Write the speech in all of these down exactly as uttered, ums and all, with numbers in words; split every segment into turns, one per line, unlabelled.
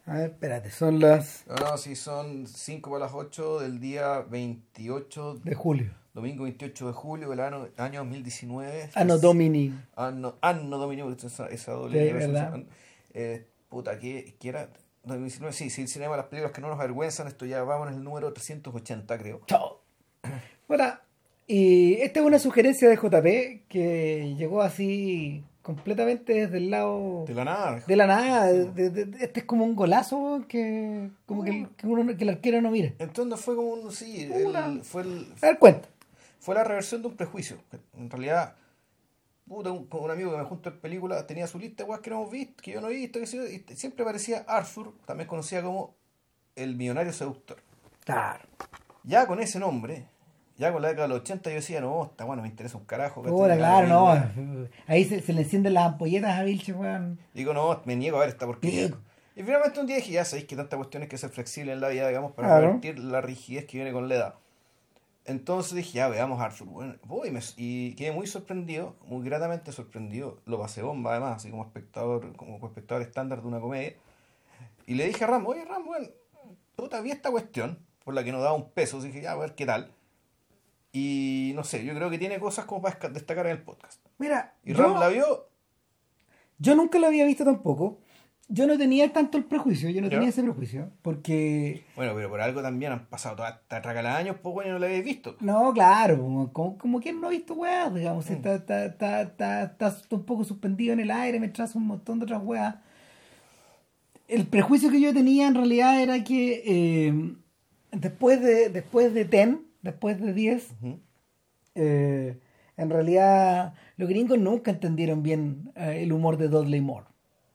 A ver, espérate, son las
No, no, sí, son cinco para las ocho del día veintiocho,
de julio.
domingo veintiocho de julio del año, año dos mil diecinueve.
Anno
Es-
Domini.
Anno, anno Domini, esa, esa
Sí,
doble
¿verdad?
resolución. Eh, puta, ¿qué, qué era? dos mil diecinueve, sí, sí, el cinema, las películas que no nos avergüenzan. Esto ya vamos en el número trescientos ochenta, creo.
Chao. Bueno, y esta es una sugerencia de J P que llegó así completamente desde el lado
De la nada.
de la nada. De- de- de- este es como un golazo que como que el, que uno- que el arquero no mira.
Entonces fue como un, sí,
Una-
el- fue, el,
A ver, cuenta.
fue la reversión de un prejuicio. En realidad, puta, un, con un amigo que me juntó en película tenía su lista de weas que no hemos visto, que yo no he visto, que sé yo, y siempre aparecía Arthur, también conocida como el millonario seductor.
Claro.
Ya con ese nombre, ya con la década de los ochenta, yo decía, no, está bueno, me interesa un carajo. ¿cachai?
Ahora,
La
claro, no.
película.
Ahí se, se le encienden las ampolletas a Vilche, weón.
Digo, no, me niego a ver esta porquería.
Pico.
Y finalmente un día dije, ya sabéis que tanta cuestión es que ser flexible en la vida, digamos, para
Claro.
revertir la rigidez que viene con la edad. Entonces dije, ya veamos Arthur. Bueno, voy y, me- y quedé muy sorprendido, muy gratamente sorprendido. Lo pasé bomba además, así como espectador, como espectador estándar de una comedia. Y le dije a Ram, oye Ram, bueno, puta, vi esta cuestión por la que nos daba un peso. Así dije, ya, a ver qué tal. Y no sé, yo creo que tiene cosas como para esca- destacar en el podcast.
Mira,
Y Ram
yo,
la vio,
yo nunca lo había visto tampoco. Yo no tenía tanto el prejuicio, yo no
¿ya?
tenía ese prejuicio, porque...
Bueno, pero por algo también han pasado toda esta tragala de años, pues bueno, y no la habéis visto.
No, claro, como, como, como quien no ha visto weas, digamos,
Mm.
está, está, está, está, está un poco suspendido en el aire mientras hace un montón de otras weas. El prejuicio que yo tenía en realidad era que eh, después de después de Ten, después de diez,
Ujú.
eh, en realidad los gringos nunca entendieron bien eh, el humor de Dudley Moore.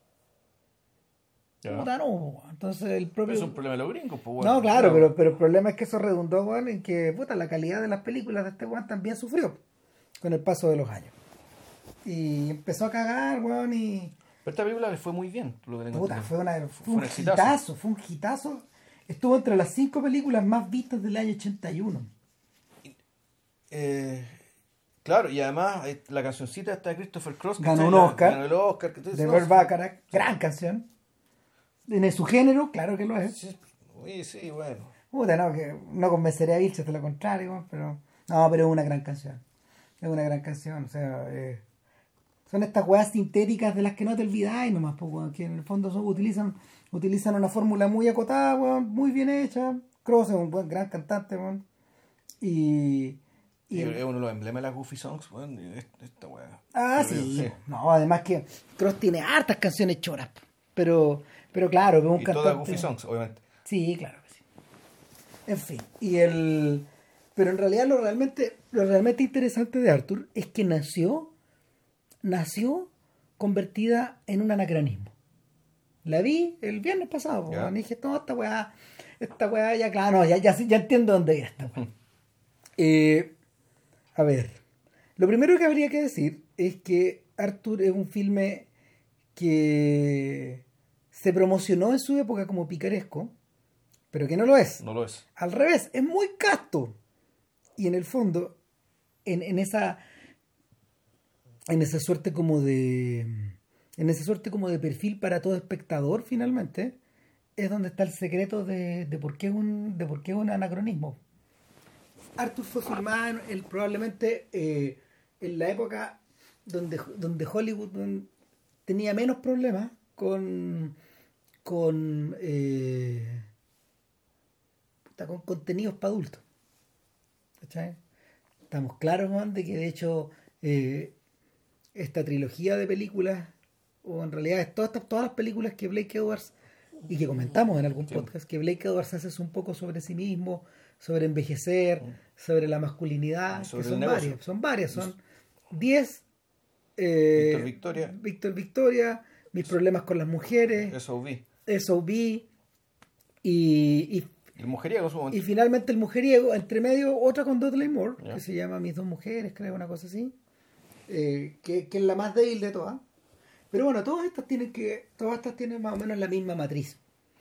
Ya.
Puta, no, entonces el
Pero
propio...
es un problema de los gringos, pues bueno.
No, claro, pero, pero el problema es que eso redundó, weón, en que puta, la calidad de las películas de este weón también sufrió con el paso de los años. Y empezó a cagar, weón, y
Pero esta película le fue muy bien, lo que tengo
puta,
entendido.
fue, una, fue,
Fue
un
un exitazo.
hitazo, fue un hitazo. Estuvo entre las cinco películas más vistas del año ochenta y uno.
Eh, claro, y además eh, la cancioncita esta de Christopher Cross,
Ganó
¿cachai?
un
La-
Oscar.
Ganó el Oscar. Que tú dices,
De
no,
Burt
sí,
Bacharach, gran canción. En su género, claro que lo es.
sí, sí, sí, bueno.
Puta, no, que no convenceré a Vilches de lo contrario, weón, pero... No, pero es una gran canción. Es una gran canción, o sea... eh, son estas weas sintéticas de las que no te olvidáis nomás, pues, weón, que en el fondo son- utilizan, utilizan una fórmula muy acotada, weón, muy bien hecha. Cross es un buen gran cantante, weón. Y...
Y
y
es uno de los emblemas de las Goofy Songs, bueno, y esta, esta weá.
ah,
Yo creo,
sí. No, además que Cross tiene hartas canciones choras, pero, pero claro, es un
Y
cantante...
todas Goofy Songs, obviamente.
Sí, claro que sí. En fin, y el... Pero en realidad lo realmente, lo realmente interesante de Arthur es que nació, nació convertida en un anacronismo. La vi el viernes pasado,
Ya.
y dije, no, esta weá, esta weá ya, claro, no, ya, ya, ya entiendo dónde viene esta weá. Eh, a ver, lo primero que habría que decir es que Arthur es un filme que se promocionó en su época como picaresco, pero que no lo es.
No lo es.
Al revés, es muy casto. Y en el fondo, en, en esa en esa suerte como de en esa suerte como de perfil para todo espectador, finalmente, es donde está el secreto de, de por qué es un de por qué es un anacronismo. Arthur fue filmada en, el- probablemente eh, en la época donde, donde Hollywood mm, tenía menos problemas con con eh, puta, con contenidos para adultos. ¿Cachai? Estamos claros, man, de que de hecho eh, esta trilogía de películas, o en realidad es todas, estas- todas las películas que Blake Edwards, y que comentamos en algún
Sí.
podcast, que Blake Edwards hace un poco sobre sí mismo, sobre envejecer, sobre la masculinidad,
Sobre
que
el
son
negocio.
varias, son varias, son diez. eh,
Víctor Victoria.
Víctor Victoria, mis problemas con las mujeres,
S O V.
S O B, y, y
El mujeriego en su
y
momento.
finalmente el mujeriego, entre medio otra con Dudley Moore,
Ya.
que se llama Mis dos mujeres, creo, una cosa así, eh, que, que es la más débil de todas. Pero bueno, todas estas tienen que, todas estas tienen más o menos la misma matriz.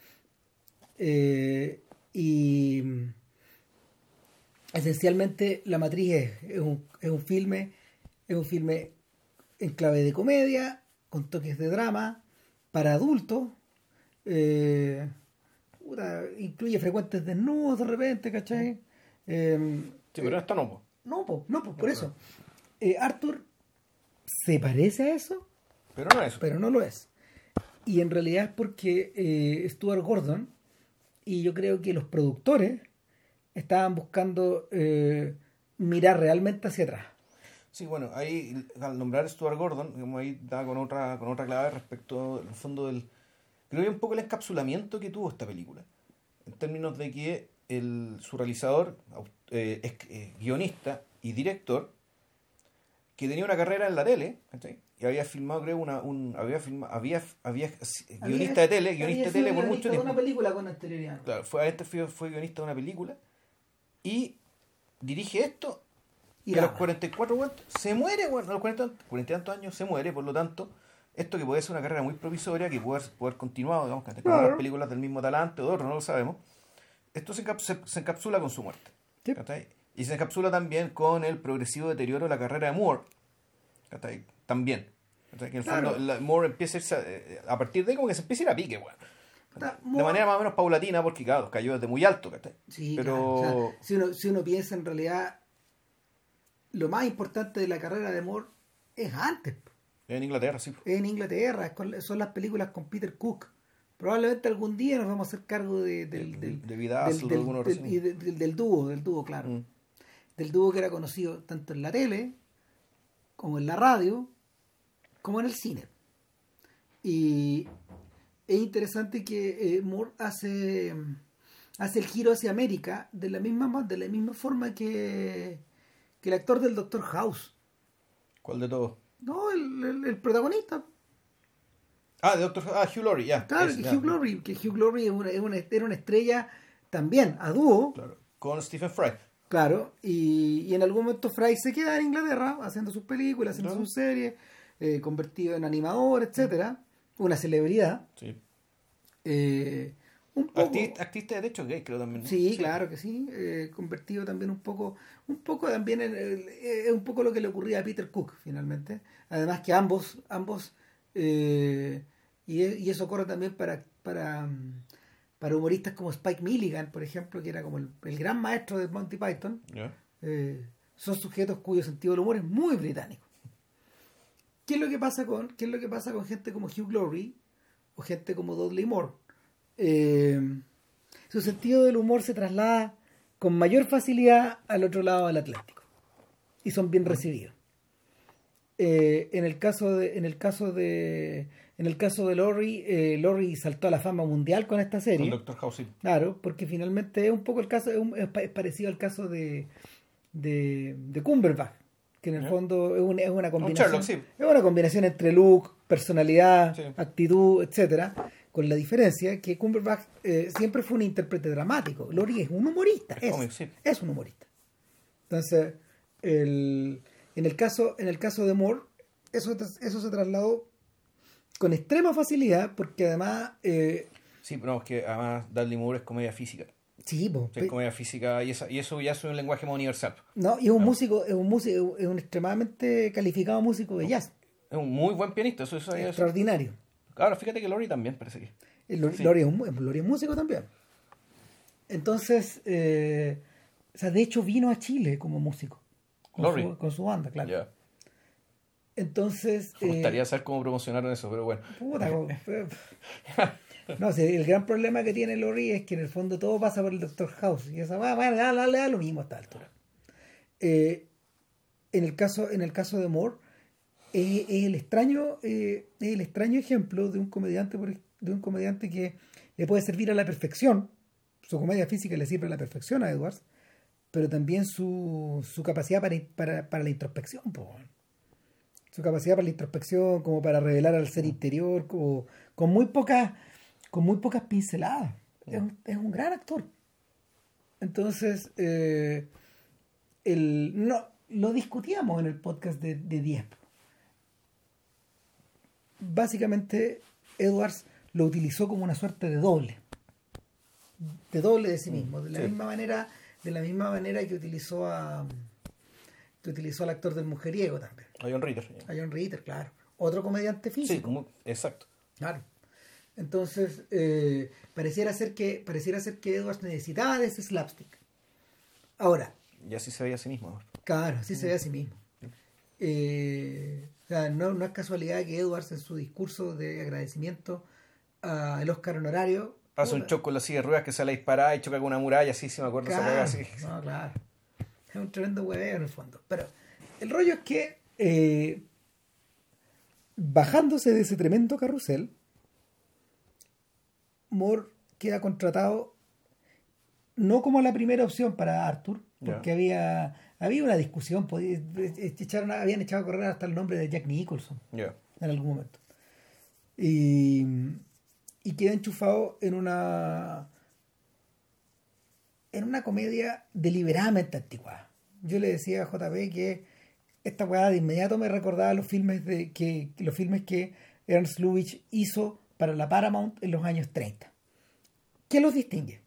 Eh, y mm, esencialmente la matriz es, es un, es un filme, es un filme en clave de comedia, con toques de drama, para adultos, Eh, puta, incluye frecuentes desnudos de repente, ¿cachai? Eh,
Sí, pero
eh,
esto no, po.
no, po, no, po, por eso. Eh, Arthur se parece a eso,
Pero no es eso.
pero no lo es. Y en realidad es porque eh, Stuart Gordon y yo creo que los productores estaban buscando eh, mirar realmente hacia atrás.
Sí, bueno, ahí al nombrar a Stuart Gordon, como ahí da con otra, con otra clave respecto al fondo del... Creo que un poco el encapsulamiento que tuvo esta película. En términos de que el, su realizador, eh, es eh, guionista y director, que tenía una carrera en la tele, ¿cachai? Y había filmado, creo, una, un, había filmado, había, había, guionista de tele, guionista de tele por mucho tiempo.
Una película con anterioridad.
Claro, fue, este fue, fue guionista de una película y dirige esto y, y a los cuarenta y cuatro bueno, se muere, bueno, a los cuarenta, cuarenta y tantos años se muere, por lo tanto, esto que puede ser una carrera muy provisoria, que puede haber continuado, digamos, con claro. otras películas del mismo talante o de otro, no lo sabemos, esto se, encap se, se encapsula con su muerte. Sí. Y se encapsula también con el progresivo deterioro de la carrera de Moore. ¿Cachai? También. ¿Cachai? Que en el claro. fondo la, Moore empieza a irse a, a partir de ahí como que se empieza a ir a pique, bueno. De Moore... manera más o menos paulatina, porque claro, cayó desde muy alto, ¿cachai?
Sí,
pero
claro. O sea, si, uno, si uno piensa en realidad, lo más importante de la carrera de Moore es antes.
En Inglaterra, sí.
En Inglaterra, es con, son las películas con Peter Cook. Probablemente algún día nos vamos a hacer cargo de, del, del,
de Vidazo,
del,
de
del, del, del, del, del dúo, del dúo, claro. Mm. Del dúo que era conocido tanto en la tele, como en la radio, como en el cine. Y es interesante que eh, Moore hace, hace el giro hacia América de la misma, de la misma forma que, que el actor del Doctor House.
¿Cuál de todos?
No, el, el, el protagonista.
Ah, de Doctor Ah, Hugh Laurie, ya.
Claro,
es,
que
ya.
Hugh Laurie, que Hugh Laurie es una, es una, era una estrella también a dúo.
Claro. Con Stephen Fry.
Claro, y, y en algún momento Fry se queda en Inglaterra haciendo sus películas, haciendo ¿no? sus series, eh, convertido en animador, etcétera, una celebridad.
Sí.
Eh, un poco,
artista, artista de hecho gay, creo también. ¿no?
Sí, sí, claro que sí, eh, convertido también un poco, un poco también en, eh, es un poco lo que le ocurría a Peter Cook finalmente. Además que ambos, ambos, eh, y, y eso corre también para, para para humoristas como Spike Milligan, por ejemplo, que era como el, el gran maestro de Monty Python,
yeah.
eh, son sujetos cuyo sentido del humor es muy británico. ¿Qué es lo que pasa con, qué es lo que pasa con gente como Hugh Laurie o gente como Dudley Moore? Eh, su sentido del humor se traslada con mayor facilidad al otro lado del Atlántico y son bien recibidos. Eh, en el caso de, en el caso de En el caso de Laurie, eh, Laurie saltó a la fama mundial con esta serie.
Con Doctor House, sí.
Claro, porque finalmente es un poco el caso, es, un, es parecido al caso de, de, de Cumberbatch, que en el ¿Eh? fondo es, un, es una combinación.
Sherlock, sí.
Es una combinación entre look, personalidad, sí. actitud, etcétera, con la diferencia que Cumberbatch eh, siempre fue un intérprete dramático. Laurie es un humorista, es, es, sí. es un humorista. Entonces, el, en el caso, en el caso de Moore, eso, eso se trasladó con extrema facilidad, porque además... Eh,
sí, pero no, es que además Dudley Moore es comedia física.
Sí, pues.
Sí, es comedia física y, esa, y eso ya es un lenguaje más universal.
No, y es un no. músico, es un músico, es un extremadamente calificado músico de jazz.
Es un muy buen pianista, eso, eso
es extraordinario.
Eso. Claro, fíjate que Laurie también parece que.
El Laurie, sí. Laurie, es, un, Laurie es músico también. Entonces, eh, o sea, de hecho vino a Chile como músico. Con, su, con su banda, claro.
Yeah.
Entonces...
Me gustaría eh, saber cómo promocionaron eso, pero bueno.
Puta, no, sí, el gran problema que tiene Laurie es que en el fondo todo pasa por el Doctor House. Y esa va, bueno, le da, da lo mismo a esta altura. Eh, en, el caso, en el caso de Moore, eh, es, el extraño, eh, es el extraño ejemplo de un comediante de un comediante que le puede servir a la perfección. Su comedia física le sirve a la perfección a Edwards, pero también su, su capacidad para, para, para la introspección, po. Su capacidad para la introspección, como para revelar al ser interior, como, con muy pocas con muy pocas pinceladas. Es un, es un gran actor. Entonces, eh, el, no, lo discutíamos en el podcast de, de Dieppe. Básicamente, Edwards lo utilizó como una suerte de doble. De doble de sí mismo. De la sí. misma manera, de la misma manera que utilizó a que utilizó al actor del Mujeriego también.
A John Ritter.
A John Ritter, claro. Otro comediante físico.
Sí, muy, exacto.
Claro. Entonces, eh, pareciera ser que pareciera ser que Edwards necesitaba de ese slapstick. Ahora,
Y así se veía a sí mismo.
claro, así se ve a sí mismo. Eh, o sea, no, no es casualidad que Edwards en su discurso de agradecimiento al Oscar honorario
Pasa un
puta,
choque con la silla de ruedas que sale disparada y choca con una muralla, así sí me acuerdo esa
claro,
hueá así.
no, claro. Es un tremendo hueveo en el fondo. Pero el rollo es que eh, bajándose de ese tremendo carrusel, Moore queda contratado no como la primera opción para Arthur, porque
Ya.
había había una discusión, podía- echaron, habían echado a correr hasta el nombre de Jack Nicholson
Ya.
en algún momento. Y, y queda enchufado en una en una comedia deliberadamente anticuada. Yo le decía a J P que esta weá de inmediato me recordaba los filmes de que los filmes que Ernst Lubitsch hizo para la Paramount en los años treinta. ¿Qué los distingue?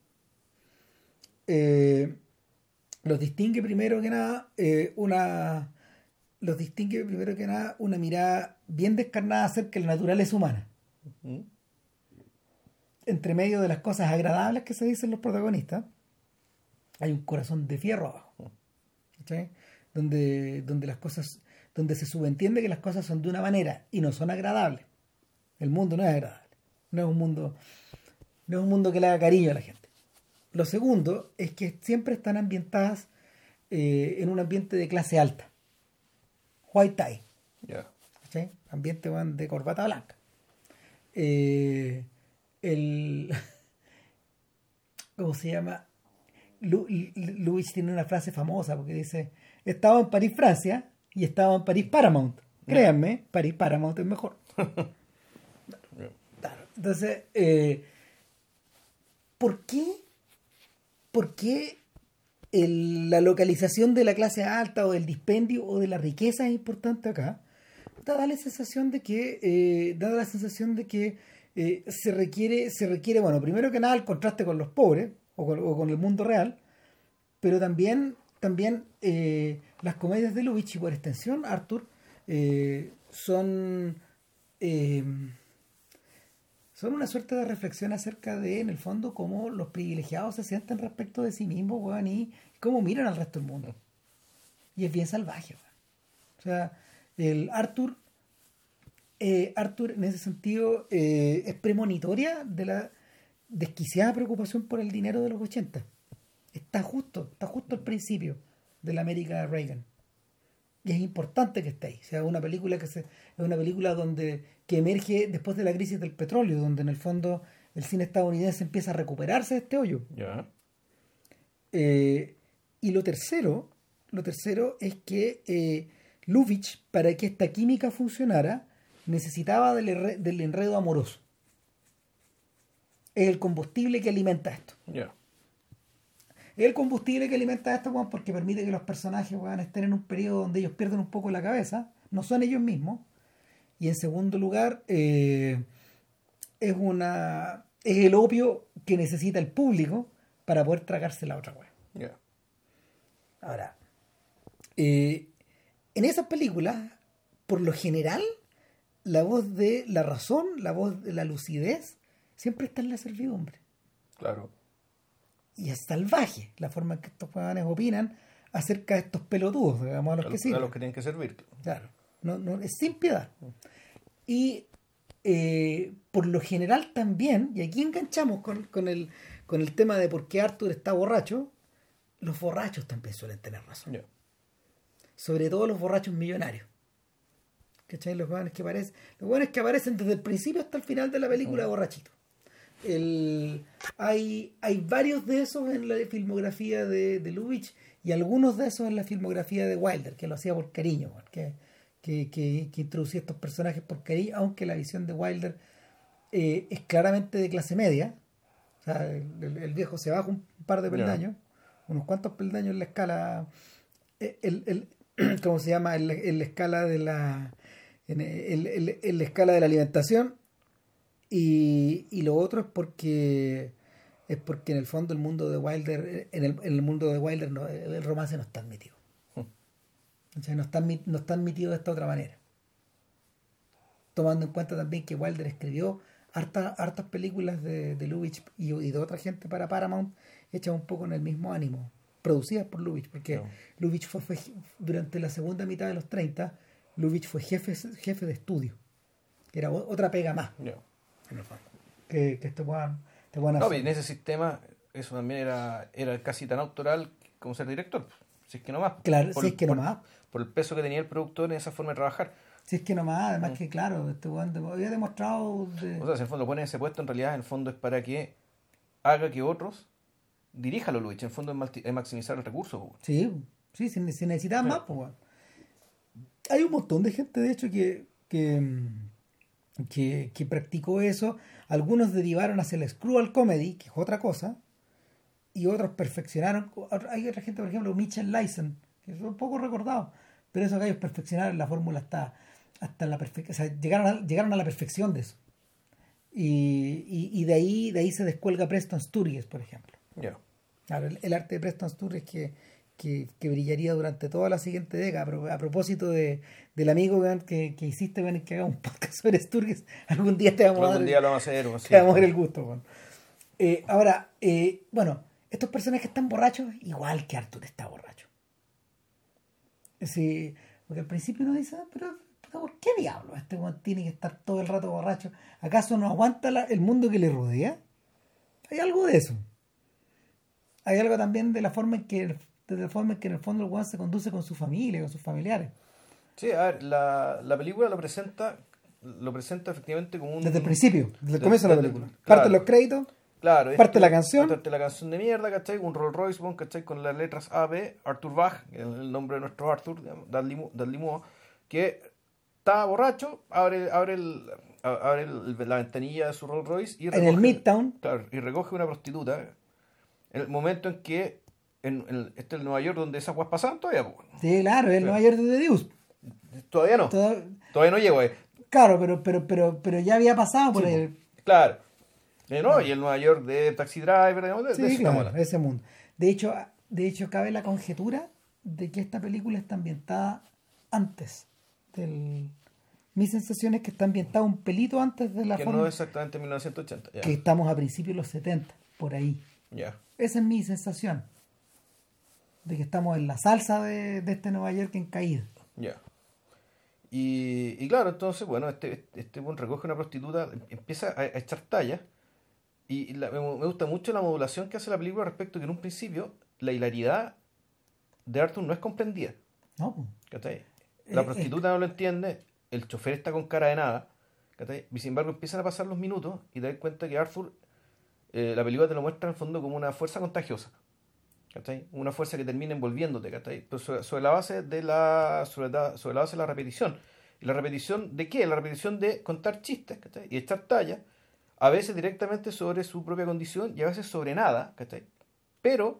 Eh, los distingue primero que nada eh, una los distingue primero que nada una mirada bien descarnada acerca de la naturaleza humana,
¿Mm?
entre medio de las cosas agradables que se dicen los protagonistas hay un corazón de fierro abajo, ¿cachai? donde donde las cosas donde se subentiende que las cosas son de una manera y no son agradables. El mundo no es agradable, no es un mundo no es un mundo que le haga cariño a la gente. Lo segundo es que siempre están ambientadas eh, en un ambiente de clase alta. White tie.
Ya.
¿Sí? Ambiente van de corbata blanca. Eh, el, ¿Cómo se llama? Lu, Luis tiene una frase famosa porque dice: estaba en París, Francia, y estaba en París, Paramount. Créanme, París, Paramount es mejor. Claro. Entonces, eh, ¿por qué? ¿Por qué el- la localización de la clase alta o del dispendio o de la riqueza es importante acá? Dada la sensación de que, eh, dada la sensación de que eh, se requiere, se requiere, bueno, primero que nada el contraste con los pobres o con, o con el mundo real, pero también, también eh, las comedias de Lubitsch y por extensión Arthur eh, son eh, son una suerte de reflexión acerca de, en el fondo, cómo los privilegiados se sienten respecto de sí mismos, weón, y cómo miran al resto del mundo. Y es bien salvaje, weón. O sea, el Arthur, eh, Arthur en ese sentido eh, es premonitoria de la desquiciada preocupación por el dinero de los ochenta. Está justo, está justo al principio de la América de Reagan. Y es importante que esté ahí. O sea, una película que se, es una película donde que emerge después de la crisis del petróleo, donde en el fondo el cine estadounidense empieza a recuperarse de este hoyo.
Ya.
Eh, y lo tercero, lo tercero es que eh, Lubitsch, para que esta química funcionara, necesitaba del, enre- del enredo amoroso. Es el combustible que alimenta esto.
Ya.
Es el combustible que alimenta esto, weón, porque permite que los personajes, weón, estén en un periodo donde ellos pierden un poco la cabeza, no son ellos mismos. Y en segundo lugar, eh, es una es el opio que necesita el público para poder tragarse la otra weón.
Ya.
Ahora, eh, en esas películas, por lo general, la voz de la razón, la voz de la lucidez, siempre está en la servidumbre.
Claro.
Y es salvaje la forma en que estos jóvenes opinan acerca de estos pelotudos, digamos, a los
A
que
los,
sí.
a los que tienen que servir.
Claro, no, no, es sin piedad. Y eh, por lo general también, y aquí enganchamos con, con, el, con el tema de por qué Arthur está borracho, los borrachos también suelen tener razón.
Ya.
Sobre todo los borrachos millonarios. ¿Cachai? Los jóvenes que aparecen, los jóvenes que aparecen desde el principio hasta el final de la película, borrachitos. El, hay, hay varios de esos en la filmografía de, de Lubitsch y algunos de esos en la filmografía de Wilder, que lo hacía por cariño, que, que, que, que introducía estos personajes por cariño, aunque la visión de Wilder eh, es claramente de clase media. O sea, el, el viejo se baja un par de peldaños, yeah. unos cuantos peldaños en la escala, el, el, el, ¿cómo se llama? En la, en la escala de la, en, el, el, en la escala de la alimentación. Y, y lo otro es porque es porque en el fondo el mundo de Wilder, en el, en el mundo de Wilder no, el romance no está admitido. O sea, no está, no está admitido de esta otra manera. Tomando en cuenta también que Wilder escribió hartas hartas películas de, de Lubitsch y, y de otra gente para Paramount hechas un poco en el mismo ánimo, producidas por Lubitsch, porque
No.
Lubitsch fue, fue durante la segunda mitad de los treinta, Lubitsch fue jefe, jefe de estudio, que era o- otra pega más,
Ya.
en el fondo, que, que este weón este weón
No,
hace.
y en ese sistema eso también era, era casi tan autoral como ser director, si es que no más.
Claro,
Por
si
el-
es que
por-
nomás,
Por el peso que tenía el productor en esa forma de trabajar.
si es que nomás, además que claro, este weón de- había demostrado de-
O sea, si en el fondo lo pone en ese puesto, en realidad en el fondo es para que haga que otros dirijan los Lubitsch. En el fondo es, malti- es maximizar el recurso. Po.
sí, sí, si, si necesitaban
Sí.
más, pues weón. Hay un montón de gente, de hecho, que, que, mm, que, que practicó eso. Algunos derivaron hacia el screwball comedy, que es otra cosa, y otros perfeccionaron. Hay otra gente, por ejemplo, Mitchell Leisen, que es un poco recordado, pero esos gallos perfeccionaron la fórmula hasta, hasta la perfección, o sea, llegaron a, llegaron a la perfección de eso. Y, y, y de ahí de ahí se descuelga Preston Sturges, por ejemplo.
Ya.
Claro, el, el arte de Preston Sturges que, que, que brillaría durante toda la siguiente década. Pero a propósito de, del amigo weón, que, que hiciste, weón, que haga un podcast sobre Sturges, algún día te vamos a dar,
Algún día lo vamos a hacer. o así.
te vamos a dar el gusto. Weón. Eh, ahora, eh, bueno, estos personajes están borrachos igual que Arthur está borracho. Sí, porque al principio uno dice, "Ah, pero, pero ¿por qué diablos este weón tiene que estar todo el rato borracho? ¿Acaso no aguanta la- el mundo que le rodea? Hay algo de eso. Hay algo también de la forma en que de la forma en que en el fondo el weón se conduce con su familia, con sus familiares.
Sí, a ver, la, la película lo presenta lo presenta efectivamente como un...
Desde el principio, desde el
de-
comienzo de la
desde-
película.
claro.
Parten los créditos,
Claro,
parte
esto-
la canción.
parte la canción de mierda, ¿cachai? Un Rolls Royce, bon, ¿cachai? Con las letras A B, Arthur Bach, el, el nombre de nuestro Arthur, digamos, Dudley Moore, Dudley Moore, que está borracho, abre, abre, el, a- abre el- la ventanilla de su Rolls Royce y
en el Midtown.
claro, y recoge una prostituta en el momento en que en, en- este es el Nueva York donde esas guas pasaban todavía, pues,
Sí, claro, es el
Claro.
Nueva York de Deus.
todavía no,
Todo-
todavía no llego ahí.
claro, pero, pero, pero, pero ya había pasado por
Sí,
ahí.
pues, claro. Eh, no, y el Nueva York de Taxi Driver, digamos, de, de
Sí,
eso estamos
claro,
hablando.
ese mundo. De hecho, de hecho, cabe la conjetura de que esta película está ambientada antes del... Mi sensación es que está ambientada un pelito antes de la
Que
forma
no es exactamente mil novecientos ochenta. Ya.
que estamos a principios de los setenta, por ahí.
Ya.
Esa es mi sensación. De que estamos en la salsa de, de este Nueva York en caída.
Ya. Y, y claro, entonces, bueno, este, este, este buen recoge una prostituta, em- empieza a, a echar tallas. Y, y la- me, me gusta mucho la modulación que hace la película respecto que en un principio la hilaridad de Arthur no es comprendida.
¿No? Pues,
¿Cachai? La
Eh,
prostituta no lo entiende, el chofer está con cara de nada. ¿Cachai? Y sin embargo empiezan a pasar los minutos y te das cuenta que Arthur, eh, la película te lo muestra en el fondo como una fuerza contagiosa. ¿Cachai? Una fuerza que termina envolviéndote, ¿cachai? Pero sobre, sobre la base de la sobre la, sobre la base de la repetición. ¿Y la repetición de qué? La repetición de contar chistes, ¿cachai? Y echar tallas, a veces directamente sobre su propia condición y a veces sobre nada, ¿cachai? Pero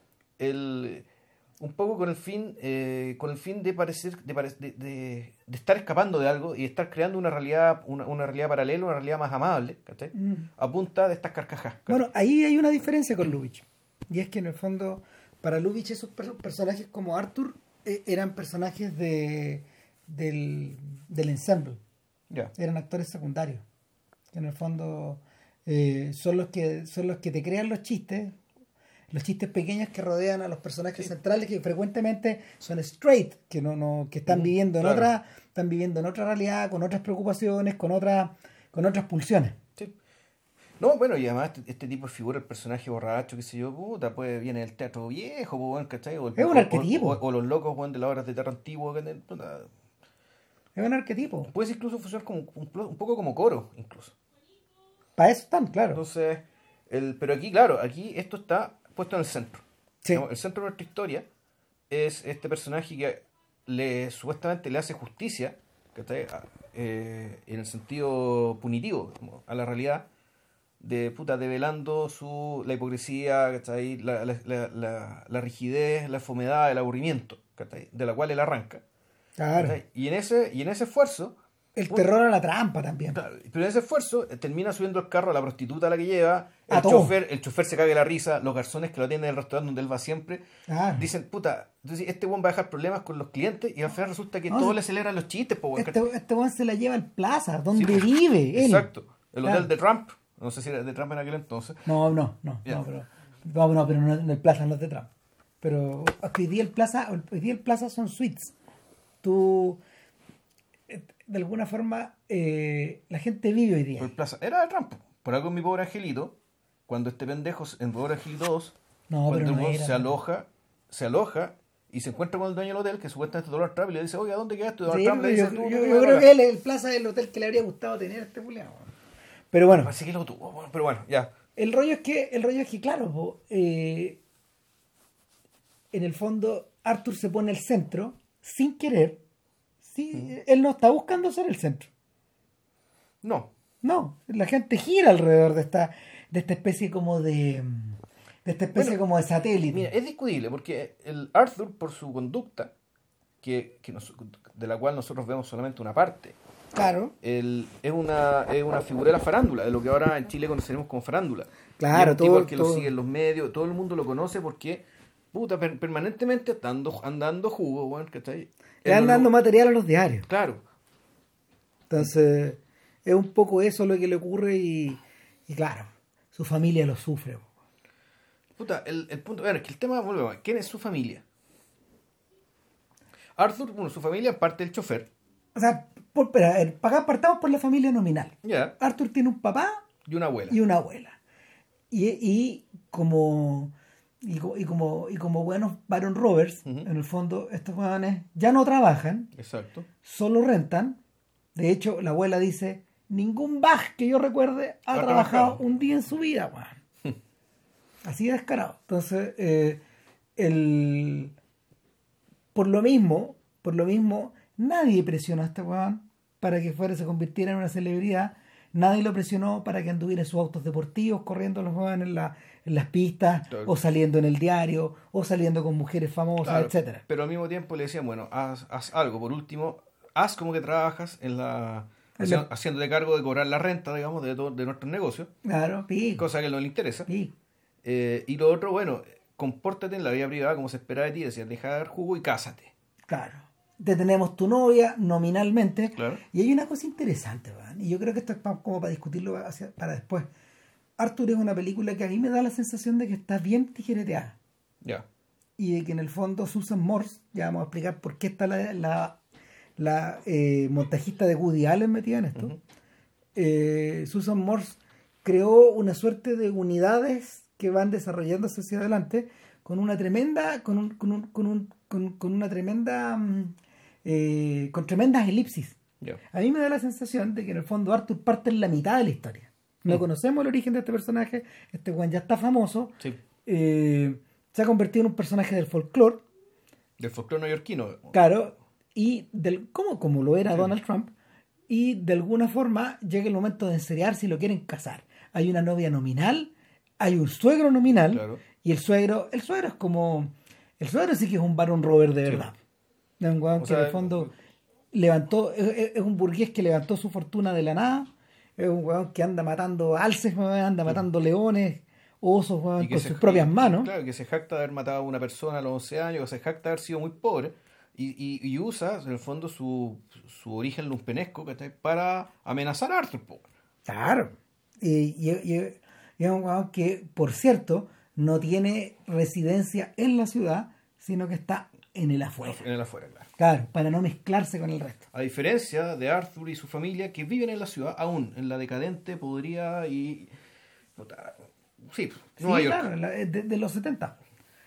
el, un poco con el fin eh, con el fin de parecer de, pare- de, de- de estar escapando de algo y de estar creando una realidad una, una realidad paralela, una realidad más amable, ¿cachai?
mm.
A punta de estas carcajas. ¿cachai?
Bueno, ahí hay una diferencia con Lubitsch. Y es que en el fondo, para Lubitsch esos per- personajes como Arthur eh, eran personajes de del, del ensemble.
Ya.
Eran actores secundarios. Que en el fondo eh, son los que son los que te crean los chistes. Los chistes pequeños que rodean a los personajes
Sí.
centrales que frecuentemente son straight, que no, no, que están
Mm,
viviendo en
claro.
otra, están viviendo en otra realidad, con otras preocupaciones, con otras, con otras pulsiones.
Sí. No, bueno, y además este, este tipo de figura, el personaje borracho, qué sé yo, puta, pues viene del teatro viejo, pues, weón, ¿cachai? O el-
Es un
o-
arquetipo.
O, o los locos, weón, de las obras de teatro antiguo, que de- puta,
Es un arquetipo.
puede incluso funcionar como un, plo- un poco como coro, incluso.
Para eso están, claro.
Entonces, el, pero aquí, claro, aquí esto está puesto en el centro.
Sí.
Digamos, el centro de nuestra historia es este personaje que le supuestamente le hace justicia, ¿cachai? A- eh, en el sentido punitivo, como a la realidad, de puta, develando su, la hipocresía, ¿cachai? La, la, la, la, la rigidez, la fomedad, el aburrimiento, ¿cachai? De la cual él arranca.
Claro.
¿cachai? Y en ese, y en ese esfuerzo,
El
puta,
terror a la trampa también.
claro, pero en ese esfuerzo eh, termina subiendo el carro a la prostituta a la que lleva,
A
el
todo.
chofer, el chofer se caga de la risa, los garzones que lo atienden en el restaurante donde él va siempre,
Claro.
dicen, puta, entonces este buen va a dejar problemas con los clientes y al final resulta que
No,
todos
sí.
le celebran los chistes, po, weón,
Este,
¿cachai?
este weón se la lleva al plaza, donde
Sí, pues,
vive él.
Exacto. El
Claro.
hotel de Trump, no sé si era de Trump en aquel entonces.
No, no, no,
Ya.
no, pero, no, no, pero no, no, el Plaza no es de Trump. Pero hoy día el Plaza, hoy día el Plaza son suites. Tú, eh, de alguna forma, eh, la gente vive hoy día.
Por el plaza, era de Trump. Por algo en mi pobre angelito, cuando este pendejo, en Pobre Angelito dos,
No,
cuando
pero
el
no
weón
era,
se
no.
aloja, se aloja y se encuentra con el dueño del hotel, que supuestamente es Donald Trump, y le dice, oiga, ¿dónde quedaste? Y Donald
Sí,
Trump le
pero
dice,
yo,
"Tú,
yo-
tú,
yo
tú,
creo
ven
que
acá".
él es el Plaza del hotel que le habría gustado tener a este culiao. Pero bueno,
Parece que lo tuvo, bueno, pero bueno, ya.
el rollo es que, el rollo es que, claro, po, eh, en el fondo Arthur se pone al centro sin querer. Sí, él no está buscando ser el centro.
No,
No, la gente gira alrededor de esta, de esta especie como de, de esta especie
Bueno,
como de satélite.
mira, es discutible porque el Arthur, por su conducta, que, que nos- de la cual nosotros vemos solamente una parte,
Claro,
el- es, una, es una figura de la farándula, de lo que ahora en Chile conoceremos como farándula.
Claro,
Y es un tipo
todo-
al que lo
todo-
siguen los medios, todo el mundo lo conoce porque, puta, per- permanentemente andando, andando jugo, weón, ¿cachai?
le
Él
dan
no-
dando material a los diarios.
Claro,
Entonces, es un poco eso lo que le ocurre y, y claro, su familia lo sufre. po.
puta, el, el punto, bueno, es que el tema, volvemos, ¿quién es su familia? Arthur, bueno, su familia es parte del chofer,
O sea, por, espera, a ver, acá partamos por la familia nominal.
ya,
Arthur tiene un papá
y una abuela.
y una abuela. Y, y como y, co- y como y como buenos Baron Roberts,
Ujú.
en el fondo estos jóvenes ya no trabajan,
Exacto.
solo rentan. De hecho, la abuela dice, ningún Bach que yo recuerde ha,
Ha
trabajado
trabajado.
un día en su vida, weón. Así de descarado. Entonces, eh, el por lo mismo, por lo mismo, nadie presionó a este weón para que fuera, se convirtiera en una celebridad. Nadie lo presionó para que anduviera en sus autos deportivos, corriendo los jóvenes en, la, en las pistas,
Claro.
o saliendo en el diario, o saliendo con mujeres famosas,
Claro,
etcétera.
pero al mismo tiempo le decían, bueno, haz, haz algo. Por último, haz como que trabajas en la,
En
haciendo-
la-
haciéndote cargo de cobrar la renta, digamos, de, todo- de nuestros negocios,
Claro, pico,
cosa que no le interesa.
pico.
Eh, y lo otro, bueno, compórtate en la vida privada como se espera de ti, decían, deja de dar jugo y cásate.
Claro. Te tenemos tu novia nominalmente.
Claro.
Y hay una cosa interesante, weón, y yo creo que esto es pa- como para discutirlo hacia- para después. Arthur es una película que a mí me da la sensación de que está bien tijereteada.
Ya.
Y de que en el fondo Susan Morse, ya vamos a explicar por qué está la, la, la, eh, montajista de Woody Allen metida en esto.
Ujú.
Eh, Susan Morse creó una suerte de unidades que van desarrollándose hacia adelante con una tremenda, con un, con un, con un, con, con una tremenda, mm, eh, con tremendas elipsis.
Ya.
A mí me da la sensación de que en el fondo Arthur parte en la mitad de la historia. No
Mm.
conocemos el origen de este personaje, este weón ya está famoso,
Sí.
eh, se ha convertido en un personaje del folclore,
Del folclore neoyorquino.
claro, y del como, como lo era
Sí.
Donald Trump, y de alguna forma llega el momento de enseriar si lo quieren casar. Hay una novia nominal, hay un suegro nominal,
Claro.
y el suegro, el suegro es como, el suegro sí que es un Baron Robert de
Sí.
verdad. Es un weón
O
que
sea,
en el fondo levantó, es, es- es un burgués que levantó su fortuna de la nada, es un weón que anda matando alces, weón, anda matando leones, osos, weón,
Y que
con
se-
sus propias
y-
manos.
Claro, que se jacta de haber matado a una persona a los once años, que se jacta de haber sido muy pobre, y, y, y usa, en el fondo, su, su origen lumpenesco, ¿cachai? Para amenazar a Arthur, po.
Claro. Y, y- y- y es un weón que, por cierto, no tiene residencia en la ciudad, sino que está en el afuera.
En el afuera, claro.
Claro, para no mezclarse con el resto.
A diferencia de Arthur y su familia, que viven en la ciudad, aún en la decadente, podría y... puta, sí, Nueva
Sí,
York.
claro, la- de, de los setenta.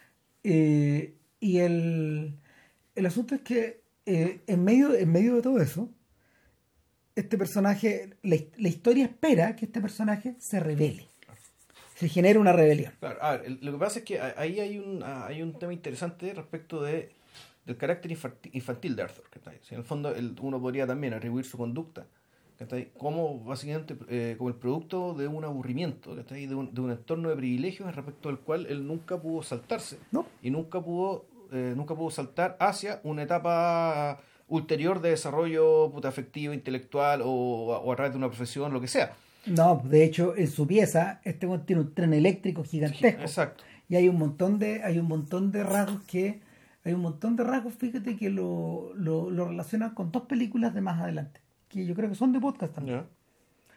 Eh, y el, el asunto es que eh, en, medio, en medio de todo eso, este personaje, la, la historia espera que este personaje se revele. Se genera una rebelión.
Claro, a ver, el- lo que pasa es que a- ahí hay un, ah, hay un tema interesante respecto de, del carácter infanti- infantil de Arthur. ¿Cachai? Si en el fondo el- uno podría también atribuir su conducta ¿cachai? Como básicamente eh, como el producto de un aburrimiento, ¿cachai? De, un, de un entorno de privilegios respecto al cual él nunca pudo saltarse
¿No?
y nunca pudo, eh, nunca pudo saltar hacia una etapa ulterior de desarrollo puta, afectivo, intelectual o, o a través de una profesión, lo que sea.
No, de hecho, en su pieza, este weón tiene un tren eléctrico gigantesco.
Exacto.
Y hay un montón de, hay un montón de rasgos que, hay un montón de rasgos, fíjate, que lo, lo, lo relacionan con dos películas de más adelante, que yo creo que son de podcast también.
Ya.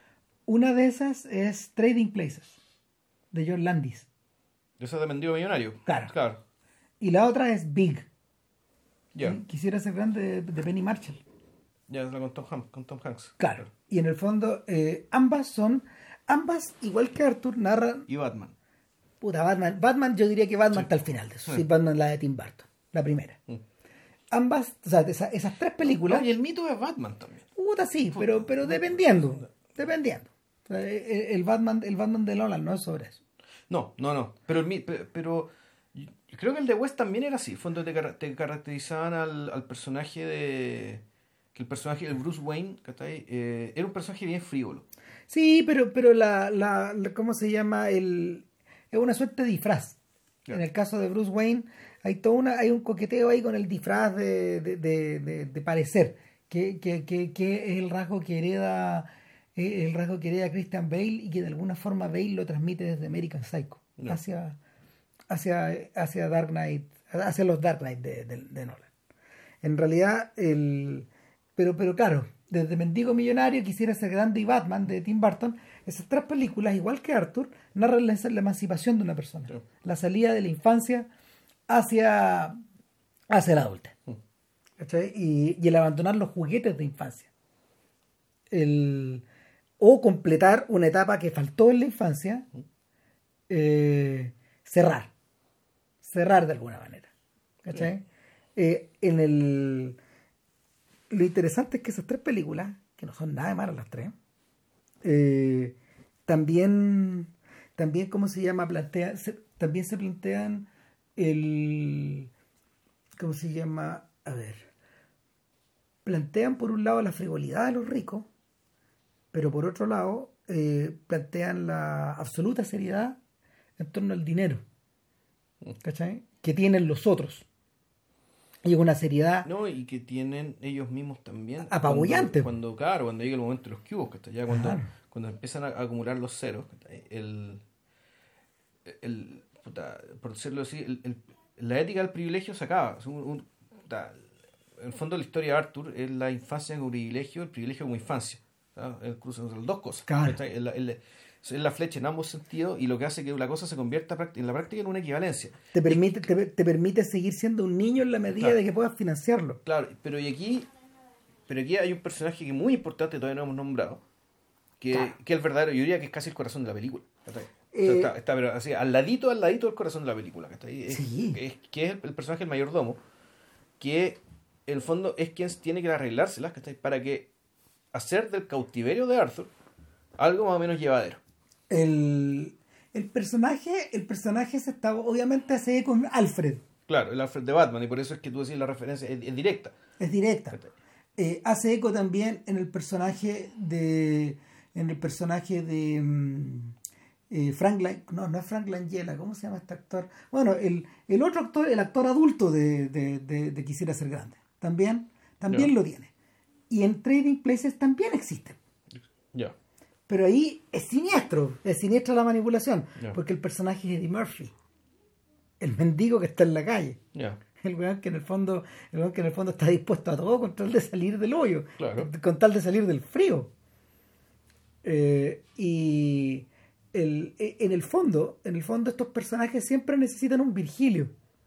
Una de esas es Trading Places, de John Landis.
Eso es de Mendigo Millonario.
Claro.
Claro.
Y la otra es Big.
Ya.
Quisiera ser grande de, de Penny Marshall.
Ya, es la con Tom, Ham- con Tom Hanks.
Claro. Y en el fondo, eh, ambas son, ambas, igual que Arthur, narran.
Y Batman.
Puta, Batman. Batman, yo diría que Batman
Sí.
está al final de eso.
Sí.
Sí, Batman, la de Tim Burton, la primera.
Mm.
Ambas, o sea, esa- esas tres películas.
No, y el mito es Batman también.
Puta, sí, pero, pero dependiendo. Dependiendo. O sea, el, el Batman, el Batman de Nolan no es sobre eso.
No, no, no. Pero, el, mi- pe- pero yo creo que el de West también era así. Fue donde te, car- te caracterizaban al, al personaje de... Que el personaje, el Bruce Wayne, ¿cachai? Eh, era un personaje bien frívolo.
Sí, pero, pero la, la, la- ¿cómo se llama? El, es una suerte de disfraz.
Claro.
En el caso de Bruce Wayne, hay todo una, hay un coqueteo ahí con el disfraz de, de, de, de- de parecer, que, que, que, que es el rasgo que hereda, eh, el rasgo que hereda Christian Bale y que de alguna forma Bale lo transmite desde American Psycho
Ya.
hacia, hacia, hacia Dark Knight, hacia los Dark Knight de, de, de Nolan. En realidad, el pero, pero claro, desde Mendigo Millonario, Quisiera ser grande y Batman de Tim Burton, esas tres películas, igual que Arthur, narran la, la emancipación de una persona,
Sí.
la salida de la infancia hacia, hacia la adultez.
Mm.
¿Cachai? Y, y el abandonar los juguetes de infancia. El, o completar una etapa que faltó en la infancia, eh, cerrar. Cerrar de alguna manera. ¿Cachai? Eh, en el... Lo interesante es que esas tres películas, que no son nada de malas las tres, eh, también, también, ¿cómo se llama? Plantea, se- también se plantean el... ¿Cómo se llama? A ver. Plantean por un lado la frivolidad de los ricos, pero por otro lado eh, plantean la absoluta seriedad en torno al dinero, ¿cachai? Que tienen los otros. Y es una seriedad
No, y que tienen ellos mismos también.
apabullante.
Cuando, cuando, claro, cuando llega el momento de los cubos, ¿cachai? Ya cuando,
Claro.
cuando empiezan a acumular los ceros, ¿cachai? el, el puta, por decirlo así, el, el- la ética del privilegio se acaba. Es un- un- puta, en el fondo la historia de Arthur es la infancia como privilegio, el privilegio como infancia. ¿sabes? El cruce entre las dos cosas.
Claro.
¿cachai? Es la, es la- es la flecha en ambos sentidos y lo que hace que la cosa se convierta práct- en la práctica en una equivalencia.
te permite, te, te permite seguir siendo un niño en la medida
Claro.
de que puedas financiarlo.
Claro, pero y aquí, pero aquí hay un personaje que es muy importante, todavía no hemos nombrado, que,
Claro.
que es el verdadero, yo diría que es casi el corazón de la película. ¿cachai? O sea,
Eh,
está, está, pero así, al ladito, al ladito del corazón de la película. ¿cachai? Es,
Sí.
es- que es el, el personaje del mayordomo, que en el fondo es quien tiene que arreglárselas, ¿cachai? Para que hacer del cautiverio de Arthur algo más o menos llevadero.
El, el personaje, el personaje se está, obviamente hace eco con Alfred,
Claro, el Alfred de Batman, y por eso es que tú decís la referencia es, es directa.
es directa.
¿cachai?
Eh, hace eco también en el personaje de, en el personaje de mm, eh, Frank Lang- no, no es Frank Langella, ¿cómo se llama este actor? Bueno, el, el otro actor, el actor adulto de, de, de- de Quisiera ser grande, también, también
Ya.
lo tiene. Y en Trading Places también existe.
Ya.
Pero ahí es siniestro, es siniestra la manipulación,
Ya.
porque el personaje es Eddie Murphy, el mendigo que está en la calle,
Ya.
el weón que en el fondo, el weón que en el fondo está dispuesto a todo con tal de salir del hoyo,
Claro.
con tal de salir del frío. Eh, y el, e- en el fondo, en el fondo estos personajes siempre necesitan un Virgilio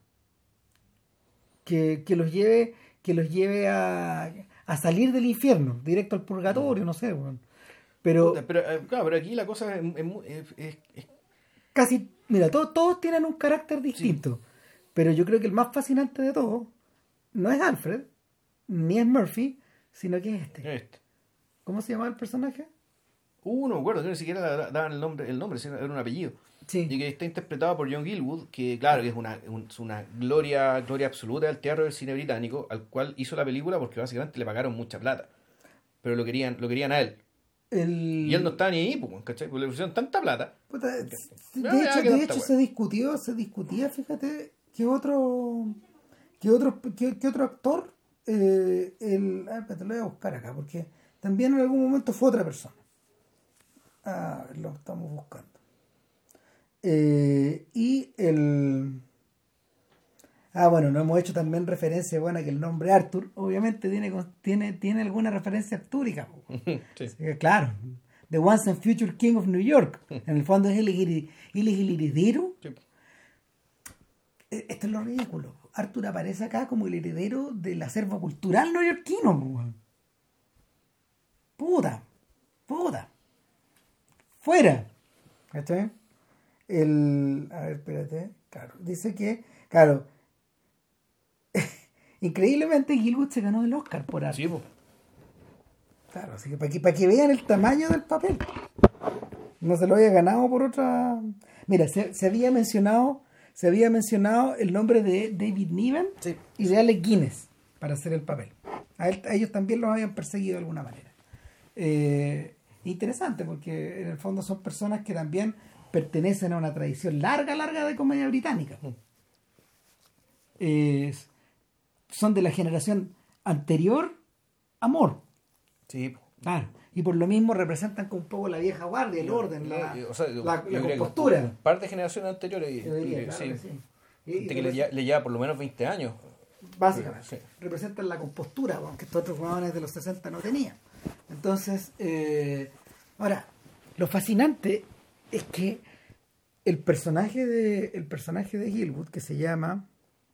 que, que los lleve, que los lleve a, a salir del infierno, directo al purgatorio, no sé, weón. Pero
Puta, pero, eh, claro, pero aquí la cosa es, es mu- es- es- es
casi, mira, todos, todos tienen un carácter distinto, pero yo creo que el más fascinante de todos no es Alfred, ni es Murphy, sino que es este.
este.
¿Cómo se llama el personaje?
Uh, no me acuerdo, que ni siquiera da- daban el nombre, el nombre, sino era un apellido.
Sí.
Y que está interpretado por John Gilwood, que claro, que es una, un- es una gloria, gloria absoluta del teatro del cine británico, al cual hizo la película porque básicamente le pagaron mucha plata. Pero lo querían, lo querían a él.
El...
Y él no estaba ni ahí, pues, ¿cachai? Porque le pusieron tanta plata.
Puta, de
Ya, ya,
hecho,
que
de
tanta
hecho
wea.
se discutió, se discutía, fíjate, que otro, que otro, que, que otro actor, eh, el, ah, espérate, lo voy a buscar acá, porque también en algún momento fue otra persona. A ver, lo estamos buscando. Eh, y el... Ah, bueno, no hemos hecho también referencia, bueno, que el nombre Arthur, obviamente, tiene, tiene, tiene alguna referencia artúrica. Po.
Sí.
Eh, Claro. The Once and Future King of New York. En el fondo es el, él es el heredero.
Sí.
Esto es lo ridículo. Arthur aparece acá como el heredero del acervo cultural neoyorquino. Weón. Puta. Puta. Fuera. ¿Cachai? El. A ver, espérate. Claro. Dice que. Claro. Increíblemente Gilwood se ganó el Oscar por Arthur.
Sí, po.
Claro, así que para que, para que vean el tamaño del papel. No se lo había ganado por otra. Mira, se, se había mencionado. Se había mencionado el nombre de David Niven
Sí.
y de Alec Guinness para hacer el papel. A, él- a ellos también los habían perseguido de alguna manera. Eh, interesante porque en el fondo son personas que también pertenecen a una tradición larga, larga de comedia británica. Eh, son de la generación anterior a Moore.
Sí, po.
Claro. Y por lo mismo representan con un poco la vieja guardia, el orden, la,
Yo- o sea, yo-
la-
yo
la
diría que
compostura.
Un par de generaciones anteriores. Y,
Yo diría,
y-
claro
sí.
que sí. Y-
Gente
y
que le,
represent-
lle- le lleva por lo menos veinte años.
Básicamente.
Sí.
Representan la compostura, aunque estos otros jugadores de los sesenta no tenían. Entonces, eh, ahora, lo fascinante es que el personaje de el personaje de Gilwood, que se llama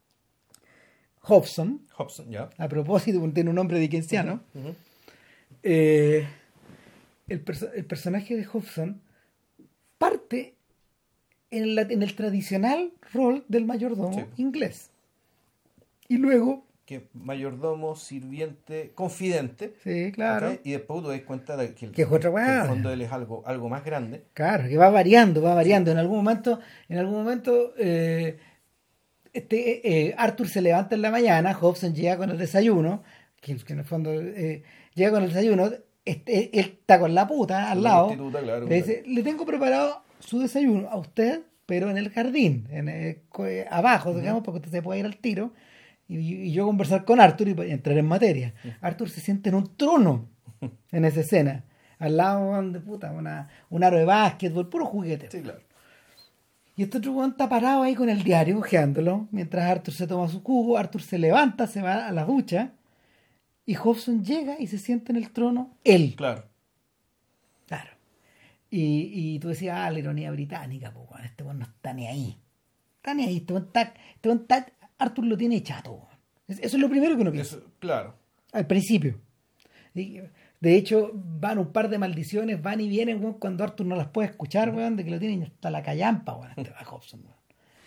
Hobson,
Hobson, ya.
a propósito, tiene un nombre dickensiano,
Ujú.
eh, el, perso- el personaje de Hobson parte en, la- en el tradicional rol del mayordomo
Sí.
inglés. Y luego,
Que mayordomo, sirviente, confidente.
sí, claro,
¿ok? Y después tú te das cuenta de que el,
Que es otra
que
weá.
el fondo él es algo, algo más grande.
claro, que va variando, va variando. En algún momento, en algún momento, eh, este, eh, Arthur se levanta en la mañana, Hobson llega con el desayuno, que, que en el fondo eh, llega con el desayuno, este, él está con la puta al
Con la
lado,
prostituta, claro,
le dice, le tengo preparado su desayuno a usted, pero en el jardín, en el- co- eh, abajo, digamos, porque usted se puede ir al tiro, y, y yo conversar con Arthur y entrar en materia. Arthur se siente en un trono en esa escena, al lado de puta, una, un aro de básquetbol, puro juguete.
Sí, claro.
Y este otro weón está parado ahí con el diario, hojeándolo, mientras Arthur se toma su jugo. Arthur se levanta, se va a la ducha, y Hobson llega y se sienta en el trono, él.
Claro.
Claro. Y, y tú decías, ah, la ironía británica, pues, weón, este weón no está ni ahí. Está ni ahí, este weón está, este weón está- Arthur lo tiene chato, weón. Es- Eso es lo primero que uno piensa.
Eso, claro.
Al principio. Y, de hecho, van un par de maldiciones, van y vienen, weón, cuando Arthur no las puede escuchar, weón, de que lo tienen hasta la callampa, weón, este va Hobson, weón.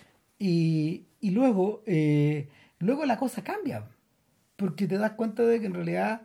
Y, y luego, eh, luego la cosa cambia, porque te das cuenta de que en realidad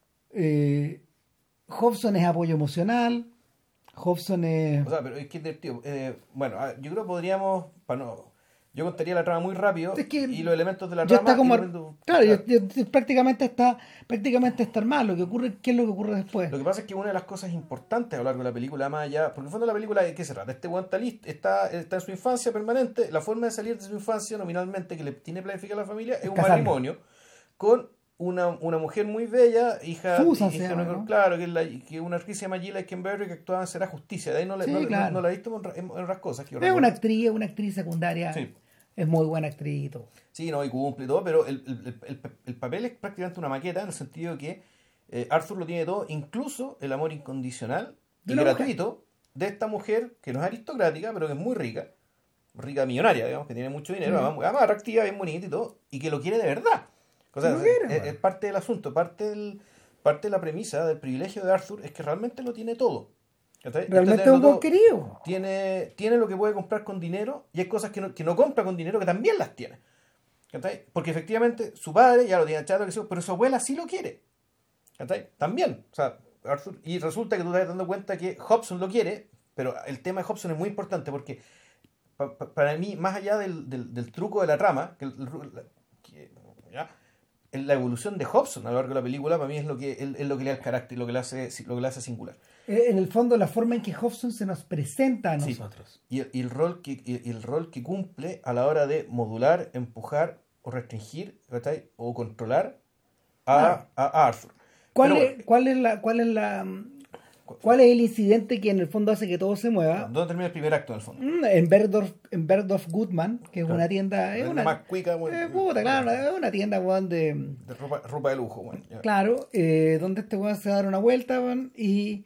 eh, Hobson es apoyo emocional, Hobson es...
O sea, pero es que es divertido. Eh, bueno, a- yo creo que podríamos, para no, yo contaría la trama muy rápido
Es que
y los elementos de la
ya
trama.
está como
y los-
claro, ya- ya- ya prácticamente está prácticamente está armado. Lo que ocurre, ¿qué es lo que ocurre después?
Lo que pasa es que una de las cosas importantes a lo largo de la película, más allá, porque en el fondo la película, ¿de qué se trata? Este weón está, list- está, está en su infancia permanente, la forma de salir de su infancia nominalmente que le tiene planificada la familia es un
casarme.
matrimonio con una, una mujer muy bella, hija,
Susan
hija
se
de
llama,
una-
¿no?
claro, que es la, que una actriz se llama Gila Kenberry que actuaba en Será Justicia, de ahí no, la-
Sí,
no, no-
claro.
no la he visto en, en- en otras cosas. Que yo
Es
recuerdo.
una actriz, es una actriz secundaria,
Sí.
es muy buena actriz y todo.
Sí, no, y cumple y todo, pero el, el- el- el- el papel es prácticamente una maqueta en el sentido de que eh, Arthur lo tiene todo, incluso el amor incondicional
De
y
la
gratuito de esta mujer que no es aristocrática, pero que es muy rica, rica millonaria, digamos, que tiene mucho dinero,
Sí.
además, además atractiva, bien bonita y todo, y que lo quiere de verdad. O sea,
Lo
es,
quiere,
es-
man.
es parte del asunto, parte, del, parte de la premisa del privilegio de Arthur es que realmente lo tiene todo. ¿Cachai? Esto
Realmente es
tenerlo
un buen
todo.
querido.
Tiene, tiene lo que puede comprar con dinero y hay cosas que no, que no compra con dinero que también las tiene. ¿Cachai? Porque efectivamente su padre ya lo tiene chato, que sea, pero su abuela sí lo quiere. ¿Cachai? También. O sea, Arthur, y resulta que tú te estás dando cuenta que Hobson lo quiere, pero el tema de Hobson es muy importante porque pa- pa- para mí, más allá del, del, del truco de la trama, que, el- la, que- ¿ya? En la evolución de Hobson a lo largo de la película, para mí es lo que, es, es lo que le da el carácter, lo que le hace, lo que le hace singular.
Eh, En el fondo, la forma en que Hobson se nos presenta a
Sí.
nosotros.
Y el, y el rol que, y el rol que cumple a la hora de modular, empujar o restringir, ¿cachai? O controlar a,
Claro.
a, a Arthur.
¿Cuál
Pero
es, cuál es la, cuál es la, cuál es el incidente que en el fondo hace que todo se
bueno,
mueva?
¿dónde termina el primer acto en el fondo?
Mm, En Bergdorf, en Bergdorf Goodman, que es
Claro.
una tienda, es
Es
una,
más cuica, bueno,
eh, puta, claro, es una tienda, weón, de,
de ropa, ropa de lujo, bueno, ya.
claro, eh, donde este weón se va a dar una vuelta, weón, y